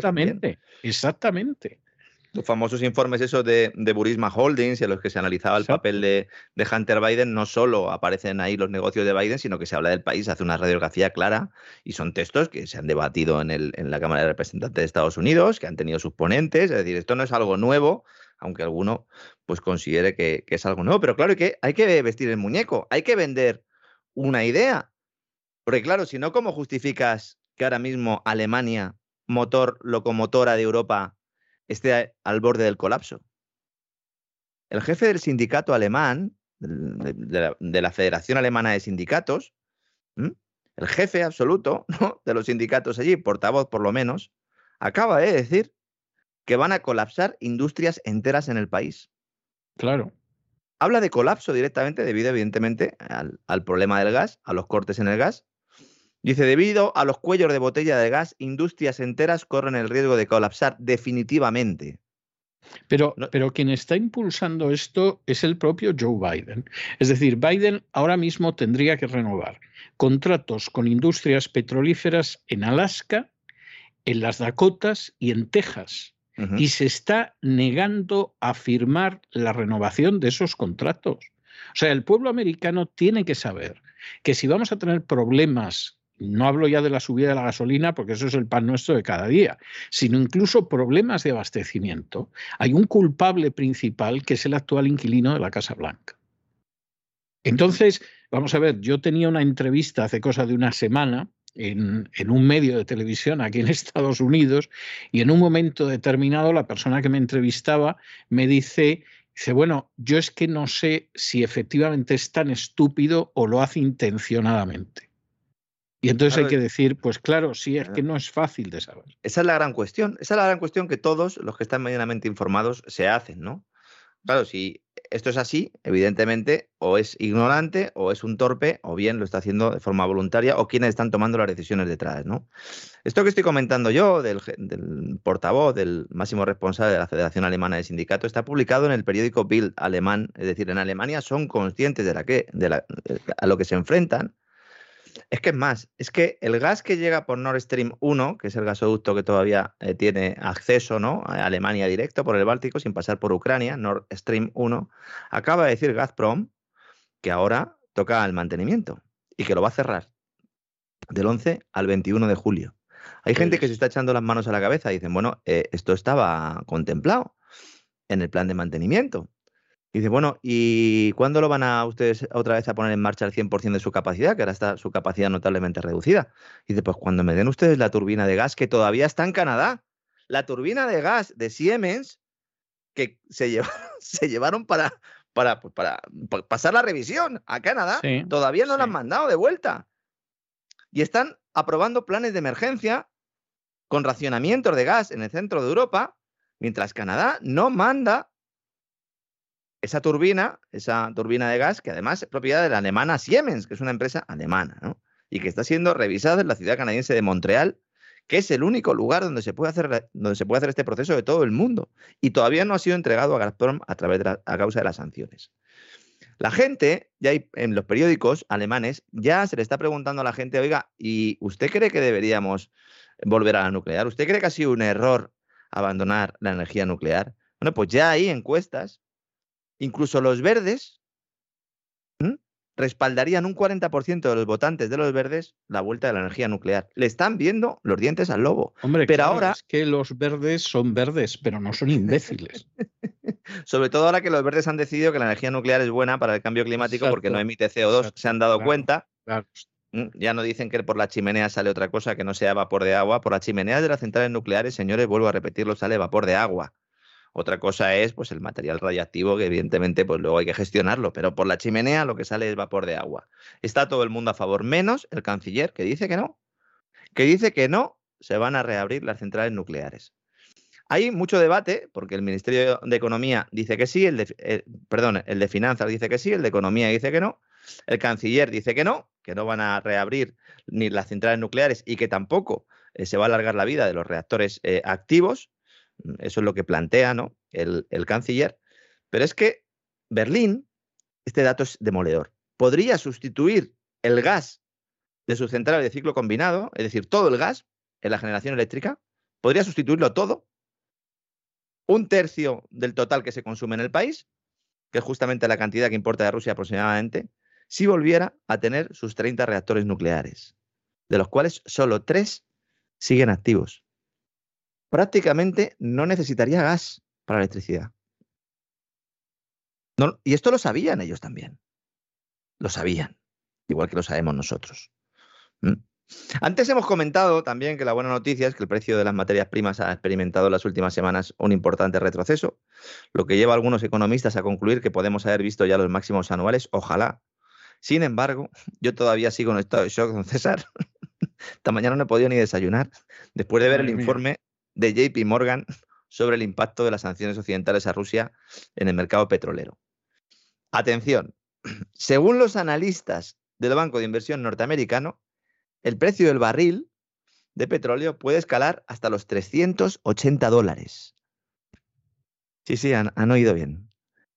Exactamente. Los famosos informes esos de Burisma Holdings, en los que se analizaba el papel de Hunter Biden, no solo aparecen ahí los negocios de Biden, sino que se habla del país, hace una radiografía clara, y son textos que se han debatido en la Cámara de Representantes de Estados Unidos, que han tenido sus ponentes, es decir, esto no es algo nuevo, aunque alguno pues considere que es algo nuevo, pero claro que hay que vestir el muñeco, hay que vender una idea, porque claro, si no, ¿cómo justificas que ahora mismo Alemania, motor locomotora de Europa, esté al borde del colapso? El jefe del sindicato alemán, de la Federación Alemana de Sindicatos, el jefe absoluto, ¿no?, de los sindicatos allí, portavoz por lo menos, acaba de decir que van a colapsar industrias enteras en el país. Claro. Habla de colapso directamente debido, evidentemente, al problema del gas, a los cortes en el gas. Dice, debido a los cuellos de botella de gas, industrias enteras corren el riesgo de colapsar definitivamente. Pero quien está impulsando esto es el propio Joe Biden. Es decir, Biden ahora mismo tendría que renovar contratos con industrias petrolíferas en Alaska, en las Dakotas y en Texas. Y se está negando a firmar la renovación de esos contratos. O sea, el pueblo americano tiene que saber que si vamos a tener problemas, no hablo ya de la subida de la gasolina, porque eso es el pan nuestro de cada día, sino incluso problemas de abastecimiento, hay un culpable principal que es el actual inquilino de la Casa Blanca. Entonces, vamos a ver, yo tenía una entrevista hace cosa de una semana en un medio de televisión aquí en Estados Unidos, y en un momento determinado la persona que me entrevistaba me dice, bueno, yo es que no sé si efectivamente es tan estúpido o lo hace intencionadamente. Y entonces hay que decir, pues claro, sí, es que no es fácil de saber. Esa es la gran cuestión. Esa es la gran cuestión que todos los que están medianamente informados se hacen, ¿no? Claro, si esto es así, evidentemente, o es ignorante, o es un torpe, o bien lo está haciendo de forma voluntaria, o quienes están tomando las decisiones detrás, ¿no? Esto que estoy comentando yo, del portavoz, del máximo responsable de la Federación Alemana de Sindicatos, está publicado en el periódico Bild alemán. Es decir, en Alemania son conscientes a lo que se enfrentan. Es que es más, es que el gas que llega por Nord Stream 1, que es el gasoducto que todavía tiene acceso, ¿no?, a Alemania directo por el Báltico sin pasar por Ucrania, Nord Stream 1, acaba de decir Gazprom que ahora toca el mantenimiento y que lo va a cerrar del 11 al 21 de julio. Hay gente que se está echando las manos a la cabeza y dicen, bueno, esto estaba contemplado. en el plan de mantenimiento. Y dice, bueno, ¿y cuándo lo van a ustedes otra vez a poner en marcha al 100% de su capacidad? Que ahora está su capacidad notablemente reducida. Y dice, pues cuando me den ustedes la turbina de gas que todavía está en Canadá. La turbina de gas de Siemens que se llevaron para pasar la revisión a Canadá, Sí, todavía no la han sí. mandado de vuelta. Y están aprobando planes de emergencia con racionamientos de gas en el centro de Europa, mientras Canadá no manda esa turbina de gas, que además es propiedad de la alemana Siemens, que es una empresa alemana, ¿no? Y que está siendo revisada en la ciudad canadiense de Montreal, que es el único lugar donde se puede hacer este proceso de todo el mundo. Y todavía no ha sido entregado a Gazprom a causa de las sanciones. La gente, ya en los periódicos alemanes, ya se le está preguntando a la gente, oiga, ¿y usted cree que deberíamos volver a la nuclear? ¿Usted cree que ha sido un error abandonar la energía nuclear? Bueno, pues ya hay encuestas. Incluso los verdes respaldarían un 40% de los votantes de los verdes la vuelta de la energía nuclear. Le están viendo los dientes al lobo. Hombre, pero claro, ahora, es que los verdes son verdes, pero no son imbéciles. sobre todo ahora que los verdes han decidido que la energía nuclear es buena para el cambio climático porque no emite CO2, exacto, se han dado claro, cuenta. claro. Ya no dicen que por la chimenea sale otra cosa que no sea vapor de agua. Por las chimeneas de las centrales nucleares, señores, vuelvo a repetirlo, sale vapor de agua. Otra cosa es pues el material radiactivo, que evidentemente pues luego hay que gestionarlo, pero por la chimenea lo que sale es vapor de agua. Está todo el mundo a favor, menos el canciller, que dice que no se van a reabrir las centrales nucleares. Hay mucho debate, porque el Ministerio de Economía dice que sí, el de Finanzas dice que sí, el de Economía dice que no, el canciller dice que no van a reabrir ni las centrales nucleares y que tampoco se va a alargar la vida de los reactores activos. Eso es lo que plantea, ¿no?, el canciller. Pero es que Berlín, este dato es demoledor, podría sustituir el gas de sus centrales de ciclo combinado, es decir, todo el gas en la generación eléctrica, podría sustituirlo todo, 1/3 del total que se consume en el país, que es justamente la cantidad que importa de Rusia aproximadamente, si volviera a tener sus 30 reactores nucleares, de los cuales solo 3 siguen activos. Prácticamente no necesitaría gas para la electricidad. No, y esto lo sabían ellos también. Lo sabían, igual que lo sabemos nosotros. Antes hemos comentado también que la buena noticia es que el precio de las materias primas ha experimentado en las últimas semanas un importante retroceso, lo que lleva a algunos economistas a concluir que podemos haber visto ya los máximos anuales, ojalá. Sin embargo, yo todavía sigo en estado de shock, don César. Esta mañana no he podido ni desayunar, después de ver el informe de JP Morgan sobre el impacto de las sanciones occidentales a Rusia en el mercado petrolero. Atención, según los analistas del Banco de Inversión norteamericano, el precio del barril de petróleo puede escalar hasta los $380. Sí, han oído bien.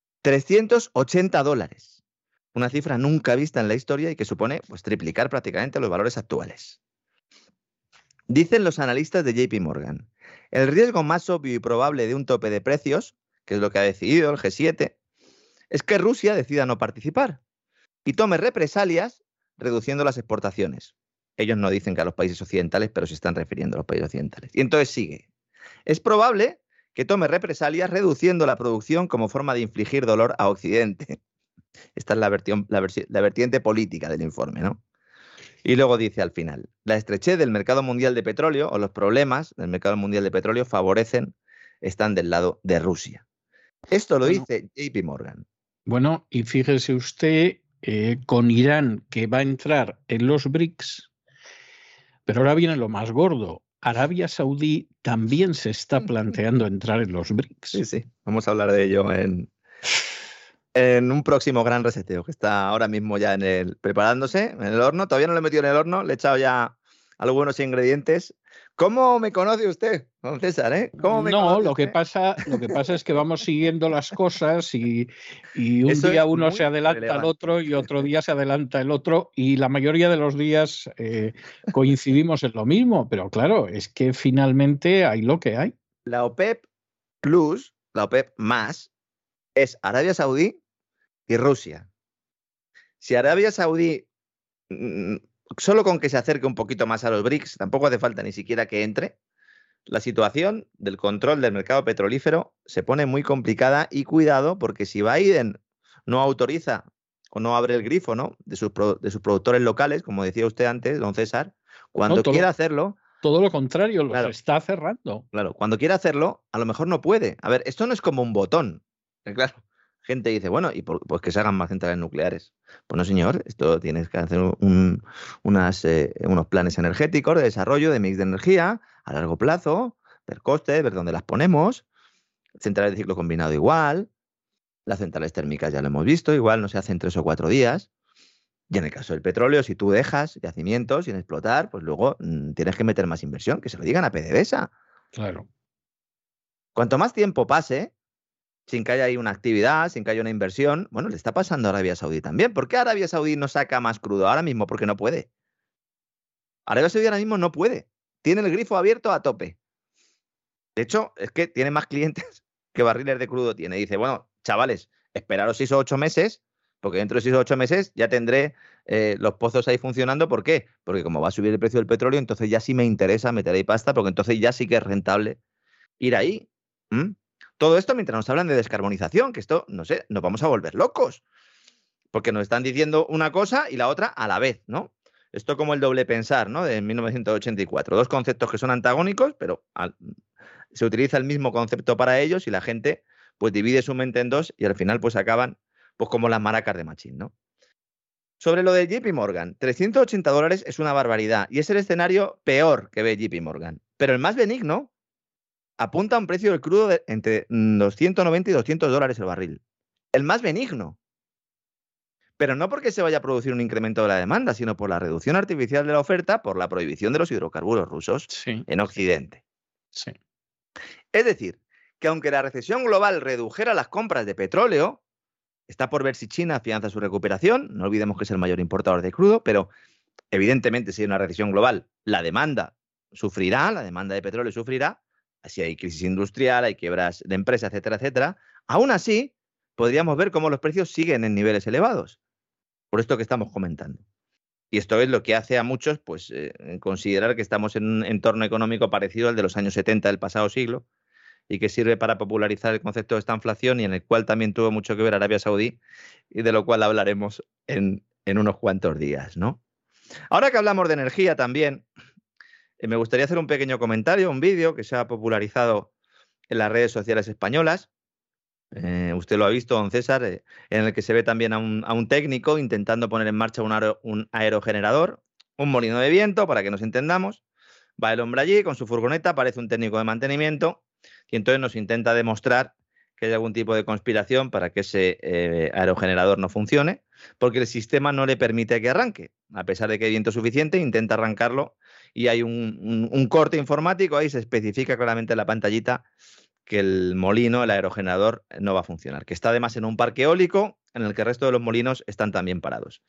$380. Una cifra nunca vista en la historia y que supone pues triplicar prácticamente los valores actuales. Dicen los analistas de JP Morgan, el riesgo más obvio y probable de un tope de precios, que es lo que ha decidido el G7, es que Rusia decida no participar y tome represalias reduciendo las exportaciones. Ellos no dicen que a los países occidentales, pero se están refiriendo a los países occidentales. Y entonces sigue. Es probable que tome represalias reduciendo la producción como forma de infligir dolor a Occidente. Esta es la vertiente política del informe, ¿no? Y luego dice al final, la estrechez del mercado mundial de petróleo o los problemas del mercado mundial de petróleo están del lado de Rusia. Esto lo dice JP Morgan. Bueno, y fíjese usted con Irán, que va a entrar en los BRICS, pero ahora viene lo más gordo. Arabia Saudí también se está planteando entrar en los BRICS. Sí, vamos a hablar de ello en un próximo gran reseteo, que está ahora mismo ya preparándose en el horno. Todavía no lo he metido en el horno, le he echado ya algunos ingredientes. ¿Cómo me conoce usted, don César? Lo que pasa es que vamos siguiendo las cosas y un día uno se adelanta al otro y otro día se adelanta el otro y la mayoría de los días coincidimos en lo mismo, pero claro, es que finalmente hay lo que hay. La OPEP Plus, la OPEP más, es Arabia Saudí y Rusia. Si Arabia Saudí, solo con que se acerque un poquito más a los BRICS, tampoco hace falta ni siquiera que entre, la situación del control del mercado petrolífero se pone muy complicada y cuidado porque si Biden no autoriza o no abre el grifo, ¿no?, de sus productores locales, como decía usted antes, don César, cuando quiera hacerlo... Todo lo contrario, los claro, está cerrando. Claro, cuando quiera hacerlo, a lo mejor no puede. A ver, esto no es como un botón. Claro, gente dice, bueno, pues que se hagan más centrales nucleares. Pues no, señor, esto tienes que hacer unos planes energéticos de desarrollo, de mix de energía a largo plazo, ver costes, ver dónde las ponemos. Centrales de ciclo combinado igual. Las centrales térmicas ya lo hemos visto, igual no se hacen 3 o 4 días. Y en el caso del petróleo, si tú dejas yacimientos sin explotar, pues luego tienes que meter más inversión, que se lo digan a PDVSA. Claro. Cuanto más tiempo pase, sin que haya ahí una actividad, sin que haya una inversión, bueno, le está pasando a Arabia Saudí también. ¿Por qué Arabia Saudí no saca más crudo ahora mismo? Porque no puede. Arabia Saudí ahora mismo no puede. Tiene el grifo abierto a tope. De hecho, es que tiene más clientes que barriles de crudo tiene. Dice, bueno, chavales, esperaros 6 o 8 meses, porque dentro de 6 o 8 meses ya tendré los pozos ahí funcionando. ¿Por qué? Porque como va a subir el precio del petróleo, entonces ya sí me interesa meter ahí pasta, porque entonces ya sí que es rentable ir ahí. Todo esto mientras nos hablan de descarbonización, que esto, no sé, nos vamos a volver locos, porque nos están diciendo una cosa y la otra a la vez, ¿no? Esto como el doble pensar, ¿no?, de 1984. Dos conceptos que son antagónicos, pero se utiliza el mismo concepto para ellos y la gente pues divide su mente en dos y al final pues acaban pues como las maracas de Machín, ¿no? Sobre lo de JP Morgan, $380 es una barbaridad y es el escenario peor que ve JP Morgan, pero el más benigno apunta a un precio del crudo de entre los $190 y $200 el barril. El más benigno. Pero no porque se vaya a producir un incremento de la demanda, sino por la reducción artificial de la oferta por la prohibición de los hidrocarburos rusos en Occidente. Sí. Es decir, que aunque la recesión global redujera las compras de petróleo, está por ver si China afianza su recuperación, no olvidemos que es el mayor importador de crudo, pero evidentemente si hay una recesión global, la demanda sufrirá, la demanda de petróleo sufrirá, si hay crisis industrial, hay quiebras de empresas, etcétera, etcétera. Aún así, podríamos ver cómo los precios siguen en niveles elevados, por esto que estamos comentando. Y esto es lo que hace a muchos pues, considerar que estamos en un entorno económico parecido al de los años 70 del pasado siglo y que sirve para popularizar el concepto de esta inflación y en el cual también tuvo mucho que ver Arabia Saudí y de lo cual hablaremos en unos cuantos días, ¿no? Ahora que hablamos de energía también, me gustaría hacer un pequeño comentario, un vídeo que se ha popularizado en las redes sociales españolas. Usted lo ha visto, don César, en el que se ve también a un técnico intentando poner en marcha un aerogenerador, un molino de viento, para que nos entendamos. Va el hombre allí con su furgoneta, parece un técnico de mantenimiento, y entonces nos intenta demostrar que hay algún tipo de conspiración para que ese aerogenerador no funcione, porque el sistema no le permite que arranque. A pesar de que hay viento suficiente, intenta arrancarlo y hay un corte informático, ahí se especifica claramente en la pantallita que el molino, el aerogenerador, no va a funcionar, que está además en un parque eólico en el que el resto de los molinos están también parados.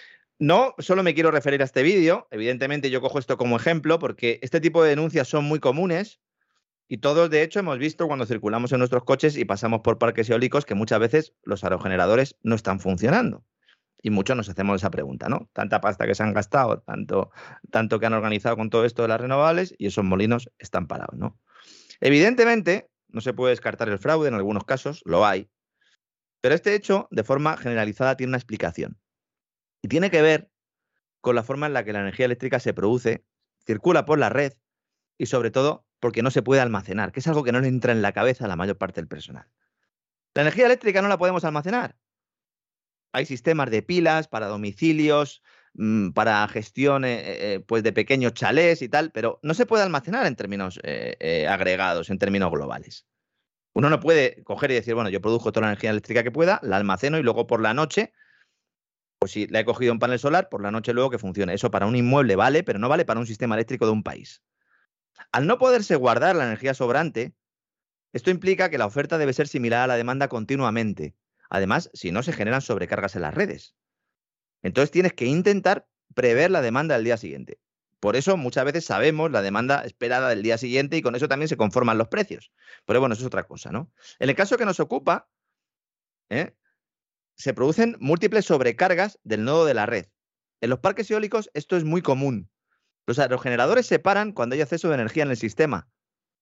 No solo me quiero referir a este vídeo, evidentemente yo cojo esto como ejemplo porque este tipo de denuncias son muy comunes y todos de hecho hemos visto cuando circulamos en nuestros coches y pasamos por parques eólicos que muchas veces los aerogeneradores no están funcionando. Y muchos nos hacemos esa pregunta, ¿no? Tanta pasta que se han gastado, tanto que han organizado con todo esto de las renovables y esos molinos están parados, ¿no? Evidentemente, no se puede descartar el fraude, en algunos casos lo hay, pero este hecho, de forma generalizada, tiene una explicación. Y tiene que ver con la forma en la que la energía eléctrica se produce, circula por la red y, sobre todo, porque no se puede almacenar, que es algo que no le entra en la cabeza a la mayor parte del personal. La energía eléctrica no la podemos almacenar. Hay sistemas de pilas para domicilios, para gestión pues de pequeños chalés y tal, pero no se puede almacenar en términos agregados, en términos globales. Uno no puede coger y decir, bueno, yo produzco toda la energía eléctrica que pueda, la almaceno y luego por la noche, pues si la he cogido un panel solar, por la noche luego que funcione. Eso para un inmueble vale, pero no vale para un sistema eléctrico de un país. Al no poderse guardar la energía sobrante, esto implica que la oferta debe ser similar a la demanda continuamente. Además, si no, se generan sobrecargas en las redes. Entonces tienes que intentar prever la demanda del día siguiente. Por eso muchas veces sabemos la demanda esperada del día siguiente y con eso también se conforman los precios. Pero bueno, eso es otra cosa, ¿no? En el caso que nos ocupa, se producen múltiples sobrecargas del nodo de la red. En los parques eólicos esto es muy común. Los aerogeneradores se paran cuando hay exceso de energía en el sistema.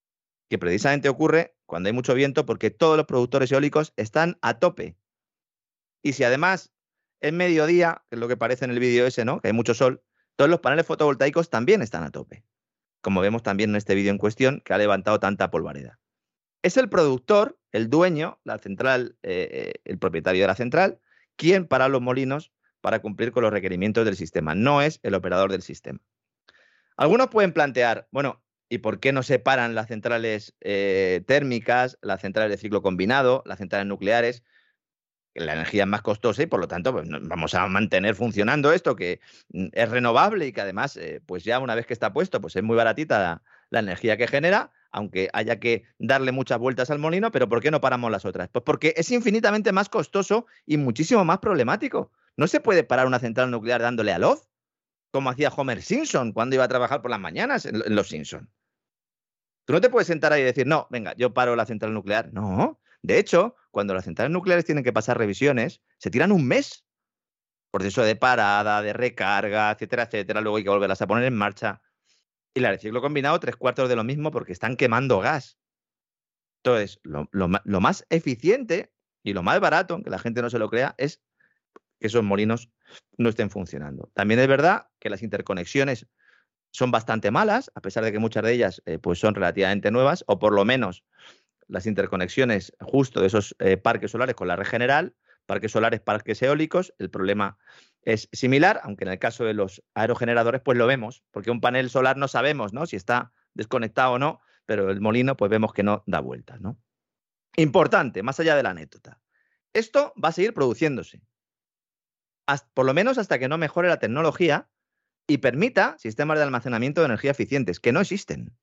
que precisamente ocurre cuando hay mucho viento porque todos los productores eólicos están a tope. Y si además es mediodía, que es lo que parece en el vídeo ese, ¿no? Que hay mucho sol, todos los paneles fotovoltaicos también están a tope. Como vemos también en este vídeo en cuestión, que ha levantado tanta polvareda. Es el productor, el dueño, la central, el propietario de la central, quien para los molinos para cumplir con los requerimientos del sistema. No es el operador del sistema. Algunos pueden plantear, bueno, ¿y por qué no separan las centrales térmicas, las centrales de ciclo combinado, las centrales nucleares? La energía es más costosa y por lo tanto pues, vamos a mantener funcionando esto que es renovable y que además pues ya una vez que está puesto pues es muy baratita la energía que genera, aunque haya que darle muchas vueltas al molino, pero ¿por qué no paramos las otras? Pues porque es infinitamente más costoso y muchísimo más problemático. No se puede parar una central nuclear dándole a Loz, como hacía Homer Simpson cuando iba a trabajar por las mañanas en Los Simpson. Tú no te puedes sentar ahí y decir, no, venga, yo paro la central nuclear. No. De hecho, cuando las centrales nucleares tienen que pasar revisiones, se tiran un mes. Proceso de parada, de recarga, etcétera, etcétera. Luego hay que volverlas a poner en marcha. Y la de ciclo combinado, 3/4 de lo mismo porque están quemando gas. Entonces, lo más eficiente y lo más barato, aunque la gente no se lo crea, es que esos molinos no estén funcionando. También es verdad que las interconexiones son bastante malas, a pesar de que muchas de ellas pues son relativamente nuevas, o por lo menos las interconexiones justo de esos parques solares con la red general, parques solares, parques eólicos, el problema es similar, aunque en el caso de los aerogeneradores pues lo vemos, porque un panel solar no sabemos, ¿no?, si está desconectado o no, pero el molino pues vemos que no da vueltas, ¿no? Importante, más allá de la anécdota. Esto va a seguir produciéndose, por lo menos hasta que no mejore la tecnología y permita sistemas de almacenamiento de energía eficientes, que no existen.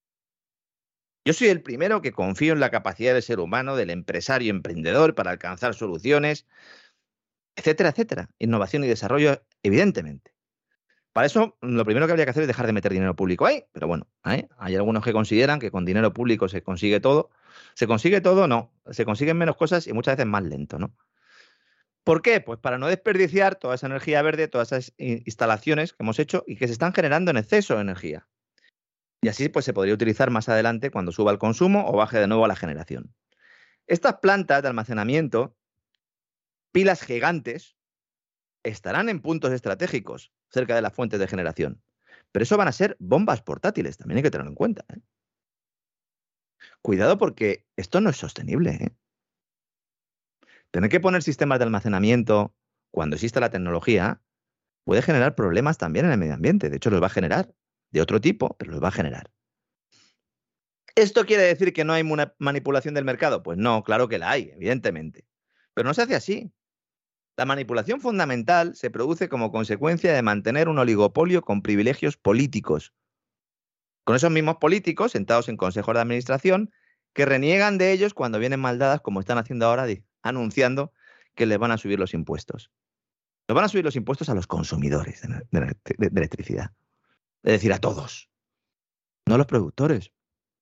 Yo soy el primero que confío en la capacidad del ser humano, del empresario emprendedor para alcanzar soluciones, etcétera, etcétera. Innovación y desarrollo, evidentemente. Para eso, lo primero que habría que hacer es dejar de meter dinero público ahí. Pero bueno, hay algunos que consideran que con dinero público se consigue todo. ¿Se consigue todo? No. Se consiguen menos cosas y muchas veces más lento, ¿no? ¿Por qué? Pues para no desperdiciar toda esa energía verde, todas esas instalaciones que hemos hecho y que se están generando en exceso de energía. Y así pues se podría utilizar más adelante cuando suba el consumo o baje de nuevo la generación. Estas plantas de almacenamiento, pilas gigantes, estarán en puntos estratégicos cerca de las fuentes de generación. Pero eso van a ser bombas portátiles, también hay que tenerlo en cuenta, ¿eh? Cuidado porque esto no es sostenible, ¿eh? Tener que poner sistemas de almacenamiento cuando exista la tecnología puede generar problemas también en el medio ambiente. De hecho, los va a generar. De otro tipo, pero los va a generar. ¿Esto quiere decir que no hay manipulación del mercado? Pues no, claro que la hay, evidentemente. Pero no se hace así. La manipulación fundamental se produce como consecuencia de mantener un oligopolio con privilegios políticos. Con esos mismos políticos sentados en consejos de administración que reniegan de ellos cuando vienen mal dadas, como están haciendo ahora, anunciando que les van a subir los impuestos. Les van a subir los impuestos a los consumidores de electricidad. Es decir, a todos, no a los productores.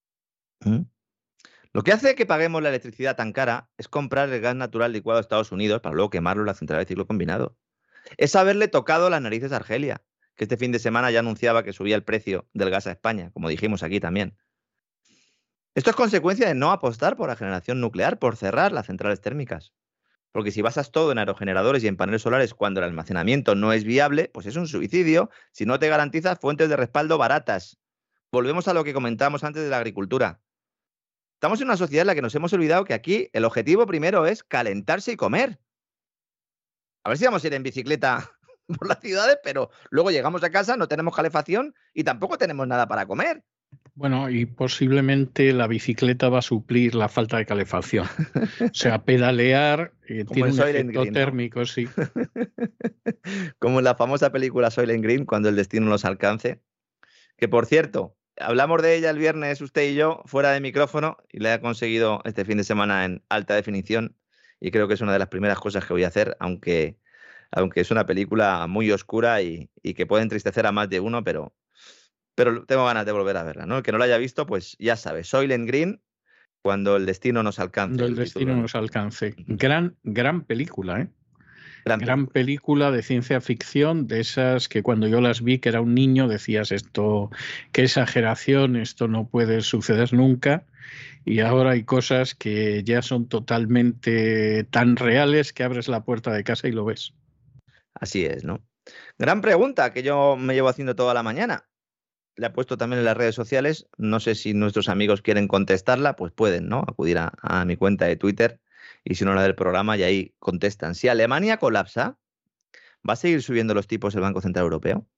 Lo que hace que paguemos la electricidad tan cara es comprar el gas natural licuado de Estados Unidos para luego quemarlo en la central de ciclo combinado. Es haberle tocado las narices a Argelia, que este fin de semana ya anunciaba que subía el precio del gas a España, como dijimos aquí también. Esto es consecuencia de no apostar por la generación nuclear, por cerrar las centrales térmicas. Porque si basas todo en aerogeneradores y en paneles solares cuando el almacenamiento no es viable, pues es un suicidio si no te garantizas fuentes de respaldo baratas. Volvemos a lo que comentábamos antes de la agricultura. Estamos en una sociedad en la que nos hemos olvidado que aquí el objetivo primero es calentarse y comer. A ver si vamos a ir en bicicleta por las ciudades, pero luego llegamos a casa, no tenemos calefacción y tampoco tenemos nada para comer. Bueno, y posiblemente la bicicleta va a suplir la falta de calefacción. O sea, pedalear tiene un efecto térmico, ¿no? Sí. Como en la famosa película Soylent Green, cuando el destino nos alcance. Que, por cierto, hablamos de ella el viernes usted y yo, fuera de micrófono, y la he conseguido este fin de semana en alta definición. Y creo que es una de las primeras cosas que voy a hacer, aunque es una película muy oscura y que puede entristecer a más de uno, pero tengo ganas de volver a verla, ¿no? El que no la haya visto, pues ya sabe, Soylent Green, cuando el destino nos alcance. Cuando el destino nos alcance. Gran película, ¿eh? Gran película de ciencia ficción, de esas que cuando yo las vi, que era un niño, decías esto, qué exageración, esto no puede suceder nunca. Y ahora hay cosas que ya son totalmente tan reales que abres la puerta de casa y lo ves. Así es, ¿no? Gran pregunta que yo me llevo haciendo toda la mañana. La he puesto también en las redes sociales. No sé si nuestros amigos quieren contestarla, pues pueden, ¿no? Acudir a mi cuenta de Twitter y si no la del programa y ahí contestan. Si Alemania colapsa, ¿va a seguir subiendo los tipos el Banco Central Europeo?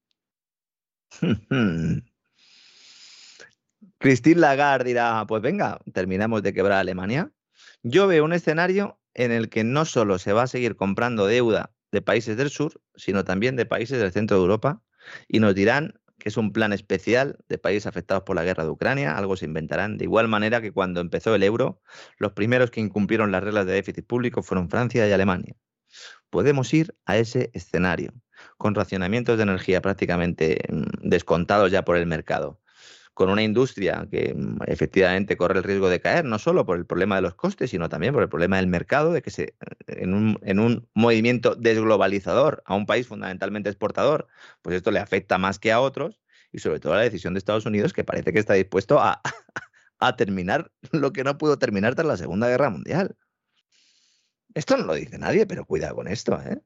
Christine Lagarde dirá, pues venga, terminamos de quebrar a Alemania. Yo veo un escenario en el que no solo se va a seguir comprando deuda de países del sur, sino también de países del centro de Europa, y nos dirán que es un plan especial de países afectados por la guerra de Ucrania, algo se inventarán, de igual manera que cuando empezó el euro, los primeros que incumplieron las reglas de déficit público fueron Francia y Alemania. Podemos ir a ese escenario, con racionamientos de energía prácticamente descontados ya por el mercado, con una industria que efectivamente corre el riesgo de caer, no solo por el problema de los costes, sino también por el problema del mercado, de que en un movimiento desglobalizador a un país fundamentalmente exportador, pues esto le afecta más que a otros, y sobre todo a la decisión de Estados Unidos, que parece que está dispuesto a terminar lo que no pudo terminar tras la Segunda Guerra Mundial. Esto no lo dice nadie, pero cuidado con esto, ¿eh?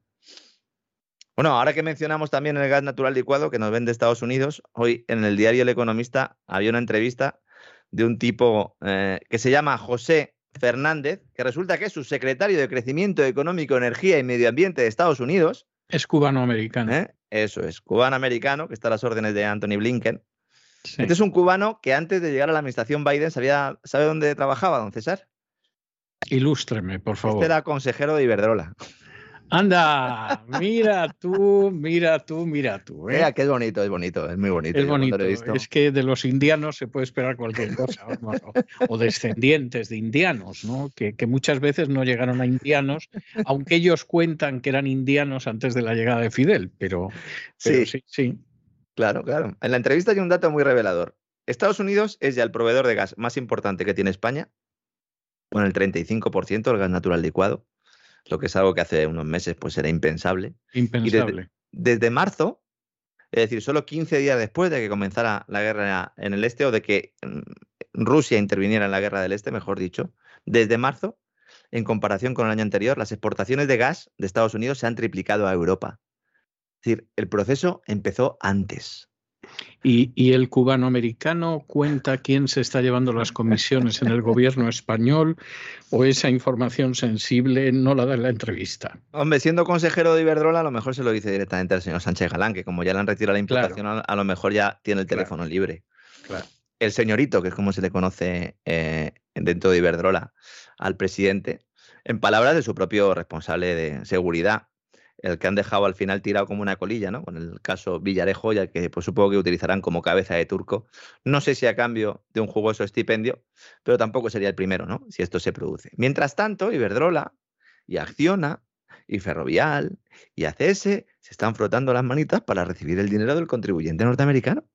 Bueno, ahora que mencionamos también el gas natural licuado que nos vende Estados Unidos, hoy en el diario El Economista había una entrevista de un tipo que se llama José Fernández, que resulta que es subsecretario de Crecimiento Económico, Energía y Medio Ambiente de Estados Unidos. Es cubano-americano. Eso es, cubano-americano, que está a las órdenes de Anthony Blinken. Sí. Este es un cubano que antes de llegar a la administración Biden ¿sabe dónde trabajaba, don César? Ilústreme, por favor. Este era consejero de Iberdrola. Anda, mira tú, mira tú, mira tú. Mira, que es bonito, es bonito, es muy bonito. Es bonito, es que de los indianos se puede esperar cualquier cosa, vamos, o descendientes de indianos, ¿no? Que muchas veces no llegaron a indianos, aunque ellos cuentan que eran indianos antes de la llegada de Fidel, pero sí. Claro. En la entrevista hay un dato muy revelador. Estados Unidos es ya el proveedor de gas más importante que tiene España, con el 35% del gas natural licuado. Lo que es algo que hace unos meses pues era impensable. Impensable. Y desde marzo, es decir, solo 15 días después de que comenzara la guerra en el este, o de que Rusia interviniera en la guerra del este, mejor dicho, desde marzo, en comparación con el año anterior, las exportaciones de gas de Estados Unidos se han triplicado a Europa. Es decir, el proceso empezó antes. ¿Y el cubano-americano cuenta quién se está llevando las comisiones en el gobierno español o esa información sensible no la da en la entrevista? Hombre, siendo consejero de Iberdrola, a lo mejor se lo dice directamente al señor Sánchez Galán, que como ya le han retirado la imputación, claro, a lo mejor ya tiene el teléfono libre. Claro. El señorito, que es como se le conoce dentro de Iberdrola al presidente, en palabras de su propio responsable de seguridad, el que han dejado al final tirado como una colilla, ¿no? Con el caso Villarejo, ya que pues, supongo que utilizarán como cabeza de turco. No sé si a cambio de un jugoso estipendio, pero tampoco sería el primero, ¿no? Si esto se produce. Mientras tanto, Iberdrola y Acciona y Ferrovial y ACS se están frotando las manitas para recibir el dinero del contribuyente norteamericano.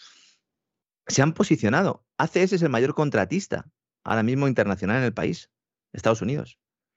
Se han posicionado. ACS es el mayor contratista ahora mismo internacional en el país, Estados Unidos.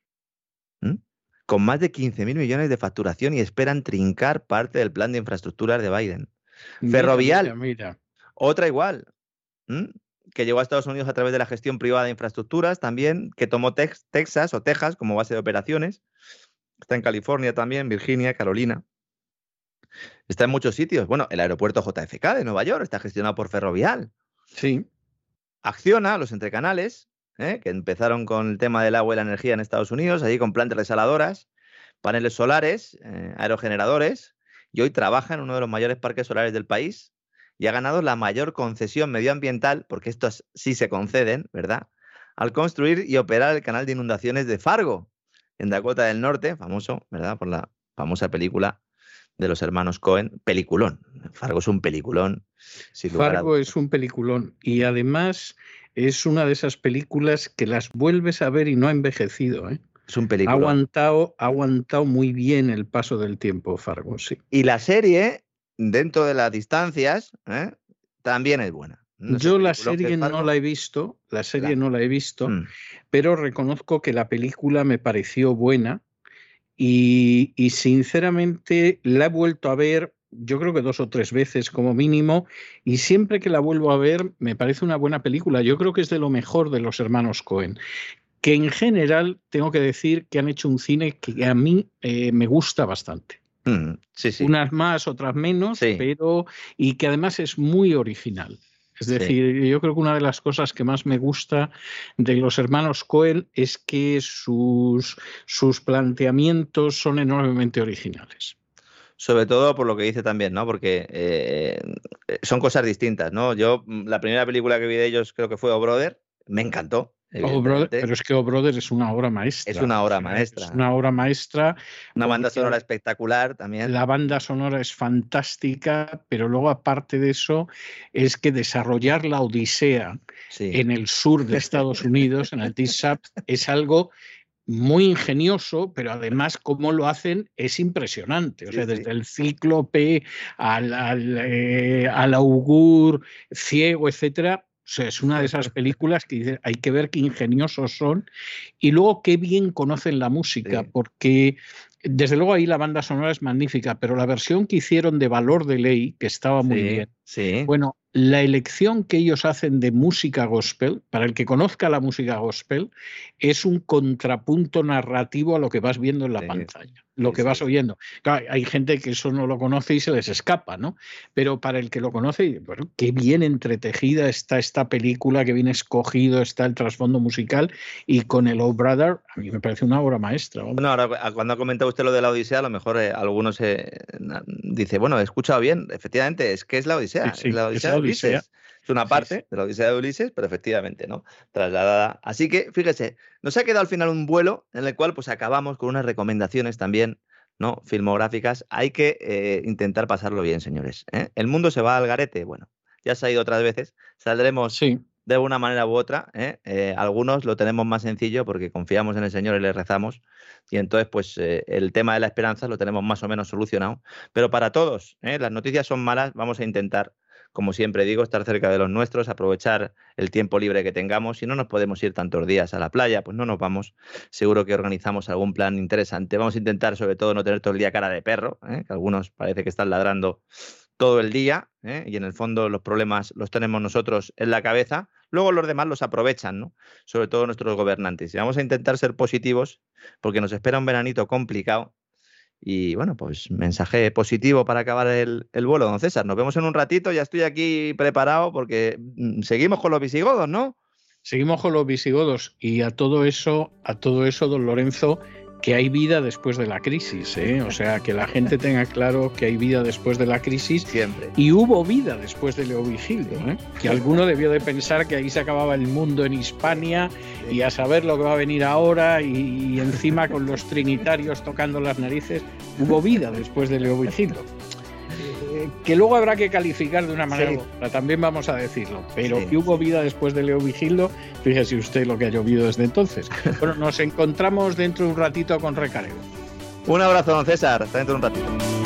Con más de 15.000 millones de facturación y esperan trincar parte del plan de infraestructuras de Biden. Ferrovial, mira. Otra igual, que llegó a Estados Unidos a través de la gestión privada de infraestructuras también, que tomó Texas o Texas como base de operaciones. Está en California también, Virginia, Carolina. Está en muchos sitios. Bueno, el aeropuerto JFK de Nueva York está gestionado por Ferrovial. Sí. Acciona, los entrecanales, que empezaron con el tema del agua y la energía en Estados Unidos, allí con plantas desaladoras, paneles solares, aerogeneradores, y hoy trabaja en uno de los mayores parques solares del país y ha ganado la mayor concesión medioambiental, porque estos sí se conceden, ¿verdad?, al construir y operar el canal de inundaciones de Fargo, en Dakota del Norte, famoso, ¿verdad?, por la famosa película de los hermanos Coen, peliculón. Fargo es un peliculón. Fargo es un peliculón y además es una de esas películas que las vuelves a ver y no ha envejecido, ¿eh? Es un peliculón. Ha aguantado muy bien el paso del tiempo, Fargo, sí. Y la serie, dentro de las distancias, también es buena. No Yo la serie no la he visto, no la he visto, pero reconozco que la película me pareció buena y sinceramente la he vuelto a ver, yo creo que 2 o 3 veces como mínimo, y siempre que la vuelvo a ver me parece una buena película. Yo creo que es de lo mejor de los hermanos Coen, que en general tengo que decir que han hecho un cine que a mí me gusta bastante. Sí, sí. Unas más, otras menos, Sí. pero y que además es muy original. Es decir, yo creo que una de las cosas que más me gusta de los hermanos Coen es que sus planteamientos son enormemente originales. Sobre todo por lo que dice también, ¿no? Porque son cosas distintas, ¿no? Yo, la primera película que vi de ellos creo que fue O Brother, me encantó. Pero es que O Brother es una obra maestra. Es una obra maestra. Es una obra maestra. Una banda sonora espectacular también. La banda sonora es fantástica, pero luego aparte de eso es que desarrollar la Odisea en el sur de Estados Unidos, en el TISAP, es algo muy ingenioso, pero además cómo lo hacen es impresionante. O sea, desde el cíclope al augur ciego, etcétera. O sea, es una de esas películas que hay que ver qué ingeniosos son y luego qué bien conocen la música, porque desde luego ahí la banda sonora es magnífica, pero la versión que hicieron de Valor de Ley, que estaba muy bien. Bueno, la elección que ellos hacen de música gospel, para el que conozca la música gospel, es un contrapunto narrativo a lo que vas viendo en la pantalla, lo que vas oyendo. Claro, hay gente que eso no lo conoce y se les escapa, ¿no? Pero para el que lo conoce, bueno, qué bien entretejida está esta película, qué bien escogido está el trasfondo musical, y con el Oh Brother, a mí me parece una obra maestra. Bueno, ahora cuando ha comentado usted lo de la Odisea, a lo mejor algunos dice, bueno, he escuchado bien, efectivamente, es que es la Odisea. Sí, es la Odisea de Ulises. Es una parte de la Odisea de Ulises, pero efectivamente, ¿no? Trasladada. Así que, fíjese, nos ha quedado al final un vuelo en el cual pues acabamos con unas recomendaciones también, ¿no? Filmográficas. Hay que intentar pasarlo bien, señores. El mundo se va al garete. Bueno, ya se ha ido otras veces. Saldremos de una manera u otra. Algunos lo tenemos más sencillo porque confiamos en el Señor y le rezamos. Y entonces, pues, el tema de la esperanza lo tenemos más o menos solucionado. Pero para todos, las noticias son malas. Vamos a intentar, como siempre digo, estar cerca de los nuestros, aprovechar el tiempo libre que tengamos. Si no nos podemos ir tantos días a la playa, pues no nos vamos. Seguro que organizamos algún plan interesante. Vamos a intentar, sobre todo, no tener todo el día cara de perro, que algunos parece que están ladrando todo el día, y en el fondo los problemas los tenemos nosotros en la cabeza. Luego los demás los aprovechan, ¿no? Sobre todo nuestros gobernantes. Y vamos a intentar ser positivos porque nos espera un veranito complicado. Y bueno, pues mensaje positivo para acabar el vuelo, don César. Nos vemos en un ratito, ya estoy aquí preparado porque seguimos con los visigodos, ¿no? Seguimos con los visigodos y a todo eso, don Lorenzo, que hay vida después de la crisis, O sea, que la gente tenga claro que hay vida después de la crisis. Siempre. Y hubo vida después de Leovigildo, Que alguno debió de pensar que ahí se acababa el mundo en Hispania y a saber lo que va a venir ahora y encima con los trinitarios tocando las narices. Hubo vida después de Leovigildo. Que luego habrá que calificar de una manera u otra, también vamos a decirlo, pero que hubo vida después de Leovigildo, fíjese usted lo que ha llovido desde entonces. Bueno, nos encontramos dentro de un ratito con Recareo. Un abrazo, don César, hasta dentro de un ratito.